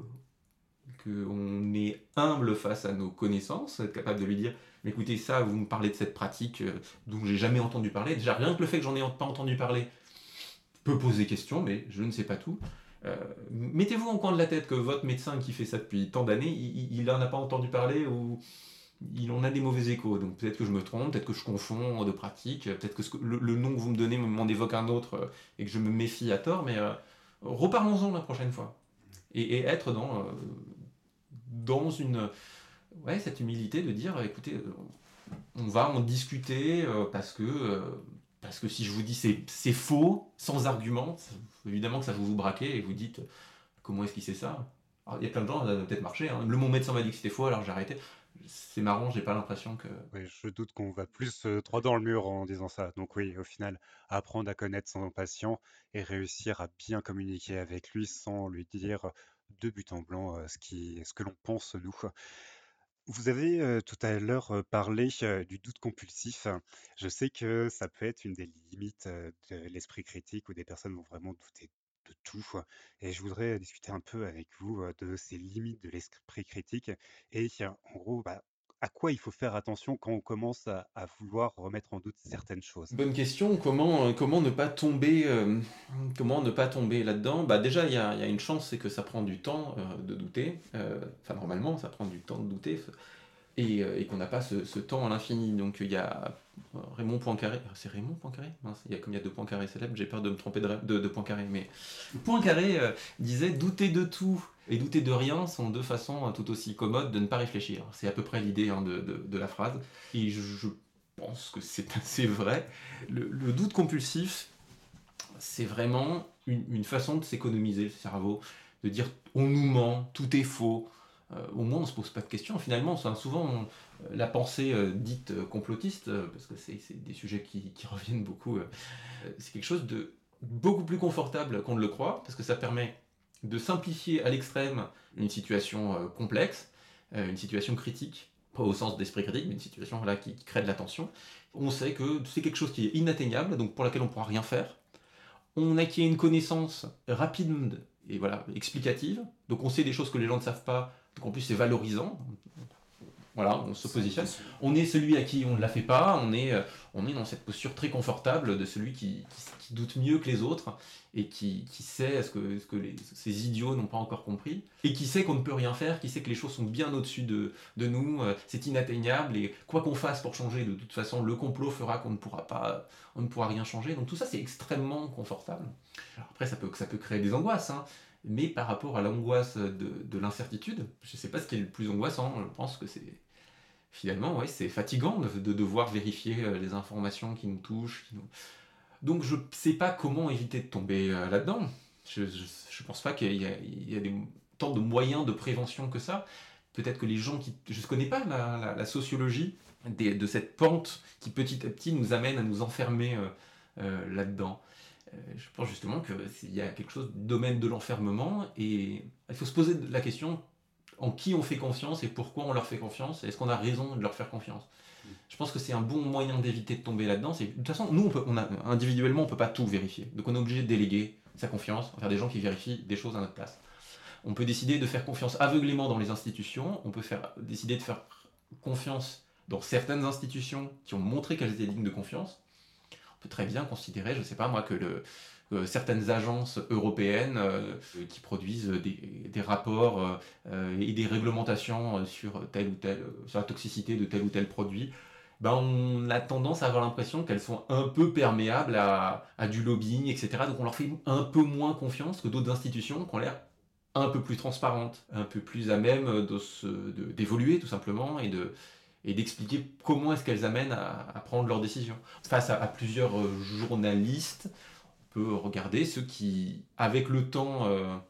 qu'on est humble face à nos connaissances, être capable de lui dire « Mais écoutez, ça, vous me parlez de cette pratique dont j'ai jamais entendu parler. Déjà, rien que le fait que j'en ai pas entendu parler peut poser question, mais je ne sais pas tout. Mettez-vous en coin de la tête que votre médecin qui fait ça depuis tant d'années, il en a pas entendu parler ou il en a des mauvais échos. Donc peut-être que je me trompe, peut-être que je confonds de pratiques, peut-être que le nom que vous me donnez m'en évoque un autre et que je me méfie à tort, mais reparlons-en la prochaine fois. Et être dans cette humilité de dire, écoutez, on va en discuter parce que si je vous dis c'est faux, sans argument, évidemment que ça va vous braquer et vous dites comment est-ce qu'il sait ça. Alors, il y a plein de gens, ça va peut-être marcher. Hein. Mon médecin m'a dit que c'était faux, alors j'ai arrêté. C'est marrant, j'ai pas l'impression que. Oui, je doute qu'on va plus droit dans le mur en disant ça. Donc oui, au final, apprendre à connaître son patient et réussir à bien communiquer avec lui sans lui dire de but en blanc ce que l'on pense nous. Vous avez tout à l'heure parlé du doute compulsif. Je sais que ça peut être une des limites de l'esprit critique où des personnes vont vraiment douter de tout. Et je voudrais discuter un peu avec vous de ces limites de l'esprit critique et en gros, à quoi il faut faire attention quand on commence à vouloir remettre en doute certaines choses. Bonne question, comment ne pas tomber, là-dedans? Déjà, il y a une chance, c'est que ça prend du temps de douter. Enfin, normalement, ça prend du temps de douter. Et qu'on n'a pas ce temps à l'infini. Donc il y a Raymond Poincaré. C'est Raymond Poincaré? Mince, comme il y a deux Poincaré célèbres, j'ai peur de me tromper de Poincaré. Mais Poincaré disait « Douter de tout et douter de rien sont deux façons tout aussi commodes de ne pas réfléchir ». C'est à peu près l'idée de la phrase. Et je pense que c'est assez vrai. Le doute compulsif, c'est vraiment une façon de s'économiser le cerveau, de dire « on nous ment, tout est faux ». Au moins on ne se pose pas de questions. Finalement, souvent, la pensée dite complotiste, parce que c'est des sujets qui reviennent beaucoup, c'est quelque chose de beaucoup plus confortable qu'on ne le croit, parce que ça permet de simplifier à l'extrême une situation complexe, une situation critique, pas au sens d'esprit critique, mais une situation qui crée de la tension. On sait que c'est quelque chose qui est inatteignable, donc pour laquelle on ne pourra rien faire. On acquiert une connaissance rapide et explicative, donc on sait des choses que les gens ne savent pas. Donc en plus c'est valorisant, on se positionne. On est celui à qui on ne la fait pas, on est dans cette posture très confortable de celui qui doute mieux que les autres et qui sait ce que ces idiots n'ont pas encore compris et qui sait qu'on ne peut rien faire, qui sait que les choses sont bien au-dessus de nous, c'est inatteignable et quoi qu'on fasse pour changer, de toute façon le complot fera qu'on ne pourra rien changer. Donc tout ça c'est extrêmement confortable. Alors après ça peut créer des angoisses, hein. Mais par rapport à l'angoisse de l'incertitude, je ne sais pas ce qui est le plus angoissant, je pense que c'est finalement, c'est fatigant de devoir vérifier les informations qui nous touchent. Donc je ne sais pas comment éviter de tomber là-dedans. Je ne pense pas qu'il y a tant de moyens de prévention que ça. Peut-être que les gens je ne connais pas la sociologie de cette pente qui petit à petit nous amène à nous enfermer là-dedans. Je pense justement qu'il y a quelque chose du domaine de l'enfermement et il faut se poser la question en qui on fait confiance et pourquoi on leur fait confiance et est-ce qu'on a raison de leur faire confiance. Je pense que c'est un bon moyen d'éviter de tomber là-dedans. De toute façon, nous, individuellement, on ne peut pas tout vérifier. Donc on est obligé de déléguer sa confiance envers des gens qui vérifient des choses à notre place. On peut décider de faire confiance aveuglément dans les institutions, on peut décider de faire confiance dans certaines institutions qui ont montré qu'elles étaient dignes de confiance. On peut très bien considérer, je ne sais pas moi, que certaines agences européennes qui produisent des rapports et des réglementations sur la toxicité de tel ou tel produit, on a tendance à avoir l'impression qu'elles sont un peu perméables à du lobbying, etc. Donc on leur fait un peu moins confiance que d'autres institutions qui ont l'air un peu plus transparentes, un peu plus à même d'évoluer tout simplement et d'expliquer comment est-ce qu'elles amènent à prendre leurs décisions. Face à plusieurs journalistes, on peut regarder ceux qui, avec le temps,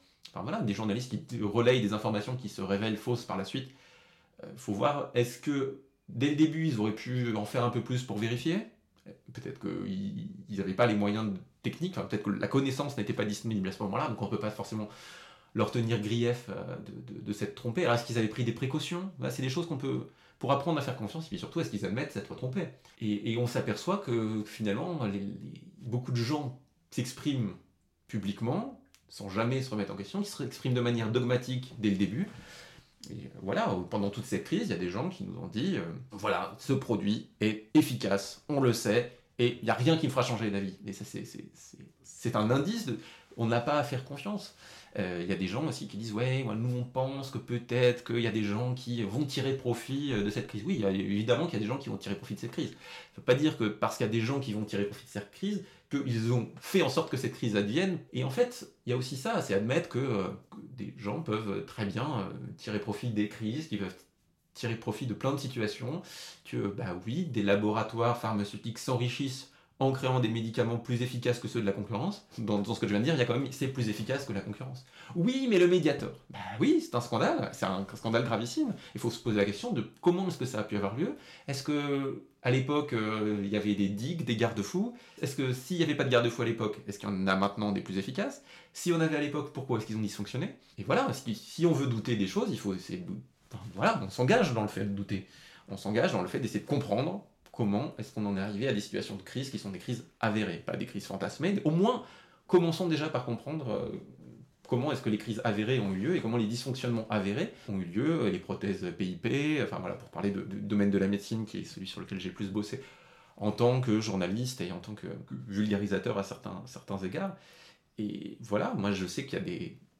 des journalistes qui relayent des informations qui se révèlent fausses par la suite. Faut voir, est-ce que dès le début, ils auraient pu en faire un peu plus pour vérifier ? Peut-être qu'ils n'avaient pas les moyens techniques, peut-être que la connaissance n'était pas disponible à ce moment-là, donc on ne peut pas forcément leur tenir grief de s'être trompés. Alors est-ce qu'ils avaient pris des précautions ? C'est des choses qu'on peut... pour apprendre à faire confiance, et puis surtout, est-ce qu'ils admettent s'être trompés ? Et on s'aperçoit que finalement, beaucoup de gens s'expriment publiquement, sans jamais se remettre en question, qui s'expriment de manière dogmatique dès le début. Et voilà, pendant toute cette crise, il y a des gens qui nous ont dit voilà, ce produit est efficace, on le sait, et il n'y a rien qui me fera changer d'avis. Et ça, c'est un indice on n'a pas à faire confiance. Il y a des gens aussi qui disent ouais, nous on pense que peut-être qu'il y a des gens qui vont tirer profit de cette crise. Oui, évidemment qu'il y a des gens qui vont tirer profit de cette crise. Ça ne veut pas dire que parce qu'il y a des gens qui vont tirer profit de cette crise, qu'ils ont fait en sorte que cette crise advienne. Et en fait, il y a aussi ça, c'est admettre que des gens peuvent très bien tirer profit des crises, qui peuvent tirer profit de plein de situations, que oui, des laboratoires pharmaceutiques s'enrichissent en créant des médicaments plus efficaces que ceux de la concurrence. Dans ce que je viens de dire, il y a quand même, c'est plus efficace que la concurrence. Oui, mais le Mediator. Oui, c'est un scandale gravissime. Il faut se poser la question de comment est-ce que ça a pu avoir lieu. Est-ce que à l'époque, il y avait des digues, des garde-fous? Est-ce que s'il n'y avait pas de garde-fous à l'époque, est-ce qu'il y en a maintenant des plus efficaces? Si on avait à l'époque, pourquoi est-ce qu'ils ont dysfonctionné? Et voilà, si on veut douter des choses, il faut essayer de douter. Voilà, on s'engage dans le fait de douter. On s'engage dans le fait d'essayer de comprendre comment est-ce qu'on en est arrivé à des situations de crise qui sont des crises avérées, pas des crises fantasmées. Au moins, commençons déjà par comprendre comment est-ce que les crises avérées ont eu lieu et comment les dysfonctionnements avérés ont eu lieu, les prothèses PIP, enfin voilà, pour parler du domaine de la médecine qui est celui sur lequel j'ai le plus bossé en tant que journaliste et en tant que vulgarisateur à certains égards. Et voilà, moi je sais qu'il y a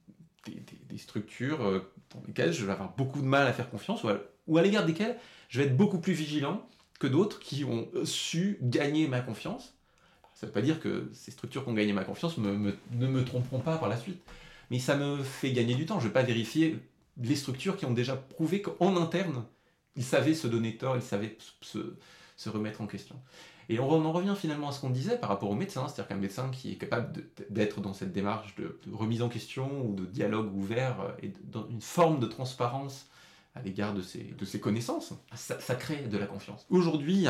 des structures dans lesquelles je vais avoir beaucoup de mal à faire confiance ou à l'égard desquelles je vais être beaucoup plus vigilant que d'autres qui ont su gagner ma confiance. Ça ne veut pas dire que ces structures qui ont gagné ma confiance ne me tromperont pas par la suite, mais ça me fait gagner du temps. Je ne vais pas vérifier les structures qui ont déjà prouvé qu'en interne, ils savaient se donner tort, ils savaient se remettre en question. Et on en revient finalement à ce qu'on disait par rapport au médecin, c'est-à-dire qu'un médecin qui est capable d'être dans cette démarche de remise en question ou de dialogue ouvert et dans une forme de transparence à l'égard de ses connaissances, ça crée de la confiance. Aujourd'hui,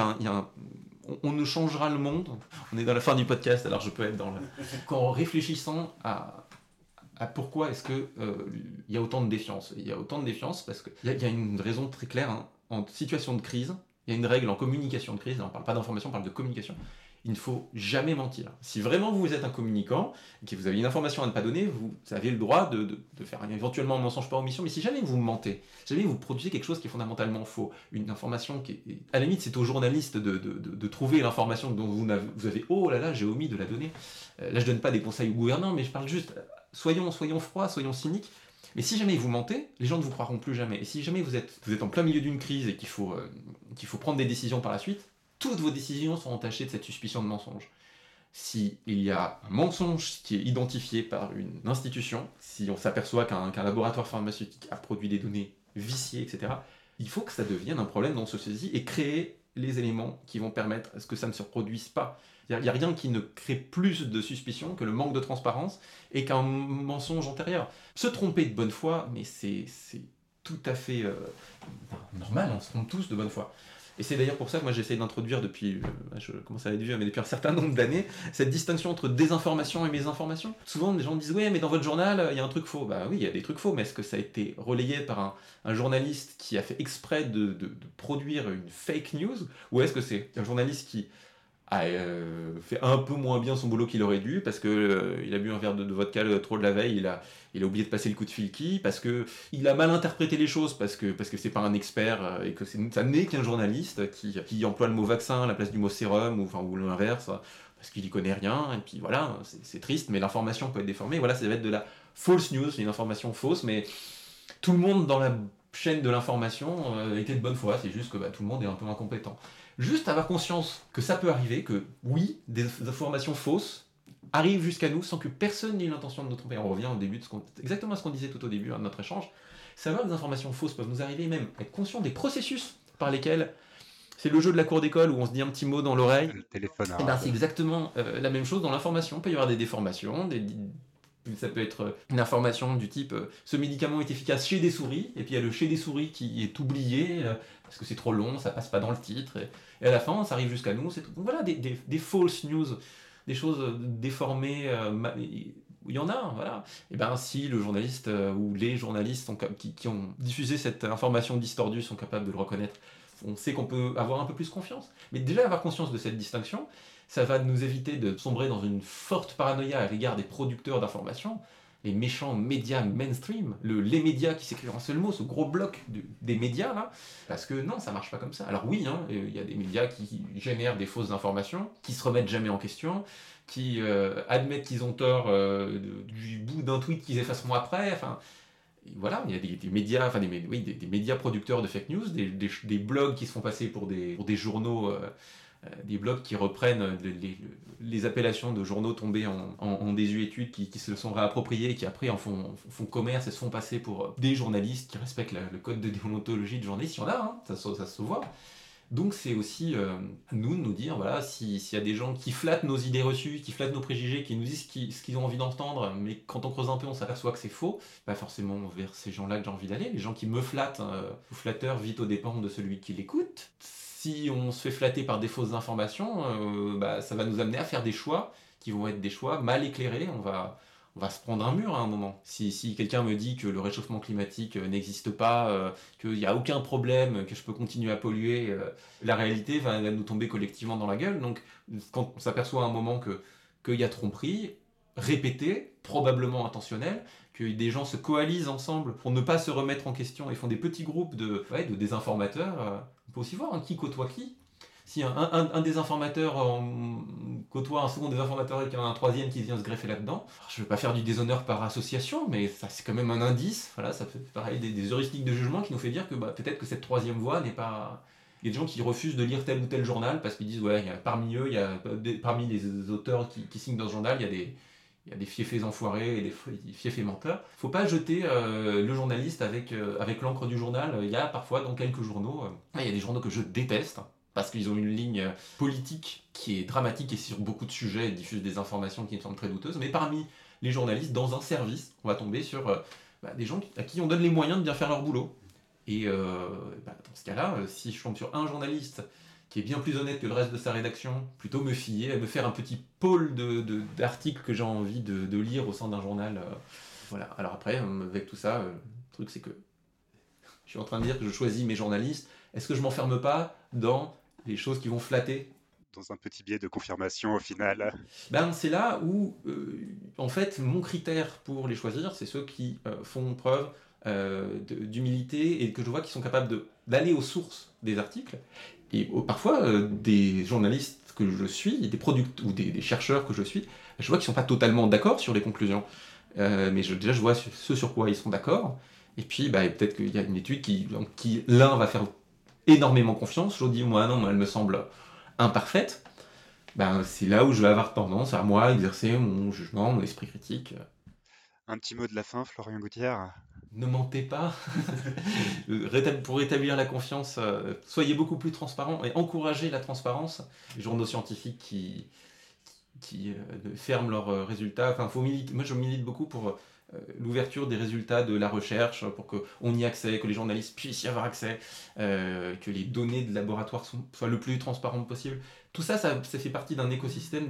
on nous changera le monde. On est dans la fin du podcast, alors je peux être qu'en réfléchissant à pourquoi est-ce qu'il y a autant de défiance. Il y a autant de défiance parce qu'il y a une raison très claire. En situation de crise, il y a une règle en communication de crise, là on ne parle pas d'information, on parle de communication. Il ne faut jamais mentir. Si vraiment vous êtes un communicant et que vous avez une information à ne pas donner, vous avez le droit de faire éventuellement un mensonge par omission, mais si jamais vous mentez, si jamais vous produisez quelque chose qui est fondamentalement faux, une information qui est... À la limite, c'est au journaliste de trouver l'information dont vous avez « Oh là là, j'ai omis de la donner ». Là, je ne donne pas des conseils aux gouvernants, mais je parle juste, soyons froids, soyons cyniques. Mais si jamais vous mentez, les gens ne vous croiront plus jamais. Et si jamais vous êtes en plein milieu d'une crise et qu'il faut prendre des décisions par la suite, toutes vos décisions sont entachées de cette suspicion de mensonge. S'il y a un mensonge qui est identifié par une institution, si on s'aperçoit qu'un laboratoire pharmaceutique a produit des données viciées, etc., il faut que ça devienne un problème dont on se saisit et créer les éléments qui vont permettre à ce que ça ne se reproduise pas. Il n'y a rien qui ne crée plus de suspicion que le manque de transparence et qu'un mensonge antérieur. Se tromper de bonne foi, mais c'est tout à fait normal, on se trompe tous de bonne foi. Et c'est d'ailleurs pour ça que moi j'essaie d'introduire depuis, je commence à être vieux, mais depuis un certain nombre d'années, cette distinction entre désinformation et mésinformation. Souvent les gens disent « Ouais, mais dans votre journal, il y a un truc faux ». Bah oui, il y a des trucs faux, mais est-ce que ça a été relayé par un journaliste qui a fait exprès de produire une fake news? Ou est-ce que c'est un journaliste qui a fait un peu moins bien son boulot qu'il aurait dû parce qu'il a bu un verre de vodka trop de la veille, il a oublié de passer le coup de filki, parce qu'il a mal interprété les choses, parce que c'est pas un expert et que ça n'est qu'un journaliste qui emploie le mot vaccin à la place du mot sérum ou l'inverse, parce qu'il y connaît rien, et puis voilà, c'est triste, mais l'information peut être déformée. Voilà, ça va être de la false news, une information fausse, mais tout le monde dans la chaîne de l'information était de bonne foi, c'est juste que tout le monde est un peu incompétent. Juste avoir conscience que ça peut arriver, que oui, des informations fausses arrivent jusqu'à nous sans que personne n'ait l'intention de nous tromper. On revient au début exactement à ce qu'on disait tout au début de notre échange. Savoir que des informations fausses peuvent nous arriver, même être conscient des processus par lesquels c'est le jeu de la cour d'école où on se dit un petit mot dans l'oreille. Le téléphone. C'est exactement la même chose dans l'information. Il peut y avoir des déformations, ça peut être une information du type ce médicament est efficace chez des souris, et puis il y a le chez des souris qui est oublié parce que c'est trop long, ça passe pas dans le titre, et à la fin ça arrive jusqu'à nous. Donc voilà, des false news, des choses déformées, il y en a, voilà. Et bien si le journaliste ou les journalistes qui ont diffusé cette information distordue sont capables de le reconnaître, on sait qu'on peut avoir un peu plus confiance. Mais déjà avoir conscience de cette distinction, Ça va nous éviter de sombrer dans une forte paranoïa à l'égard des producteurs d'informations, les méchants médias mainstream, les médias qui s'écrivent en seul mot, ce gros bloc des médias là, parce que non, ça marche pas comme ça. Alors oui, il y a des médias qui génèrent des fausses informations, qui se remettent jamais en question, qui admettent qu'ils ont tort du bout d'un tweet qu'ils effaceront après, enfin... Et voilà, il y a des médias, enfin des médias producteurs de fake news, des blogs qui se font passer pour des journaux, des blogs qui reprennent les appellations de journaux tombés en désuétude, qui se sont réappropriés et qui après en font commerce et se font passer pour des journalistes qui respectent le code de déontologie de journaliste. Il y en a, ça se voit. Donc c'est aussi à nous de nous dire, voilà, s'il y a des gens qui flattent nos idées reçues, qui flattent nos préjugés, qui nous disent ce qu'ils ont envie d'entendre, mais quand on creuse un peu, on s'aperçoit que c'est faux, pas forcément vers ces gens-là que j'ai envie d'aller. Les gens qui me flattent, le flatteur vit aux dépens de celui qui l'écoute. Si on se fait flatter par des fausses informations, ça va nous amener à faire des choix qui vont être des choix mal éclairés. On va se prendre un mur à un moment. Si quelqu'un me dit que le réchauffement climatique n'existe pas, qu'il n'y a aucun problème, que je peux continuer à polluer, la réalité va nous tomber collectivement dans la gueule. Donc quand on s'aperçoit à un moment qu'il y a tromperie, répétée, probablement intentionnelle, que des gens se coalisent ensemble pour ne pas se remettre en question et font des petits groupes de désinformateurs, on peut aussi voir qui côtoie qui. Si un désinformateur côtoie un second désinformateur et qu'il y en a un troisième qui vient se greffer là-dedans, je ne vais pas faire du déshonneur par association, mais ça c'est quand même un indice. Voilà, ça fait pareil des heuristiques de jugement qui nous fait dire que peut-être que cette troisième voie n'est pas... Il y a des gens qui refusent de lire tel ou tel journal parce qu'ils disent parmi eux, parmi les auteurs qui signent dans ce journal, il y a des fiefés enfoirés et des fiefés menteurs. Faut pas jeter le journaliste avec l'encre du journal. Il y a parfois dans quelques journaux, il y a des journaux que je déteste, parce qu'ils ont une ligne politique qui est dramatique et sur beaucoup de sujets ils diffusent des informations qui me semblent très douteuses, mais parmi les journalistes, dans un service, on va tomber sur des gens à qui on donne les moyens de bien faire leur boulot. Et dans ce cas-là, si je tombe sur un journaliste qui est bien plus honnête que le reste de sa rédaction, plutôt me fier, me faire un petit pôle d'articles que j'ai envie de lire au sein d'un journal. Voilà. Alors après, avec tout ça, le truc c'est que je suis en train de dire que je choisis mes journalistes. Est-ce que je m'enferme pas dans les choses qui vont flatter? Dans un petit biais de confirmation au final. C'est là où, en fait, mon critère pour les choisir, c'est ceux qui font preuve d'humilité et que je vois qui sont capables d'aller aux sources des articles. Et parfois, des journalistes que je suis, ou des chercheurs que je suis, je vois qu'ils ne sont pas totalement d'accord sur les conclusions. Mais déjà, je vois ce sur quoi ils sont d'accord. Et puis, peut-être qu'il y a une étude qui l'un va faire énormément confiance, l'autre dit, moi, elle me semble imparfaite. C'est là où je vais avoir tendance à, moi, exercer mon jugement, mon esprit critique. Un petit mot de la fin, Florian Gouttière. Ne mentez pas. Pour rétablir la confiance, soyez beaucoup plus transparent et encouragez la transparence. Les journaux scientifiques qui ferment leurs résultats. Moi, je milite beaucoup pour l'ouverture des résultats de la recherche, pour qu'on y ait accès, que les journalistes puissent y avoir accès, que les données de laboratoire soient le plus transparentes possible. Tout ça fait partie d'un écosystème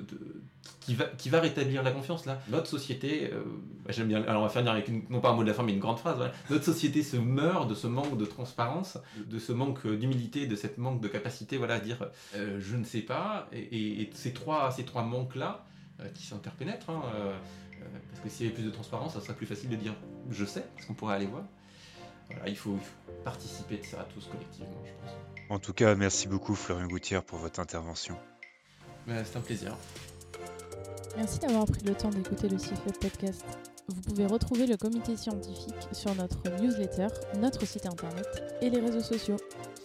qui va rétablir la confiance. Là, notre société, j'aime bien, alors on va faire avec non pas un mot de la fin, mais une grande phrase. Voilà. Notre société se meurt de ce manque de transparence, de ce manque d'humilité, de cette manque de capacité, à dire je ne sais pas. Et ces trois manques-là qui s'interpénètrent. Parce que s'il y avait plus de transparence, ça serait plus facile de dire je sais, parce qu'on pourrait aller voir. Voilà, il faut participer de ça tous collectivement, je pense. En tout cas, merci beaucoup Florian Gouttière pour votre intervention. C'est un plaisir. Merci d'avoir pris le temps d'écouter le CIFEP Podcast. Vous pouvez retrouver le comité scientifique sur notre newsletter, notre site internet et les réseaux sociaux.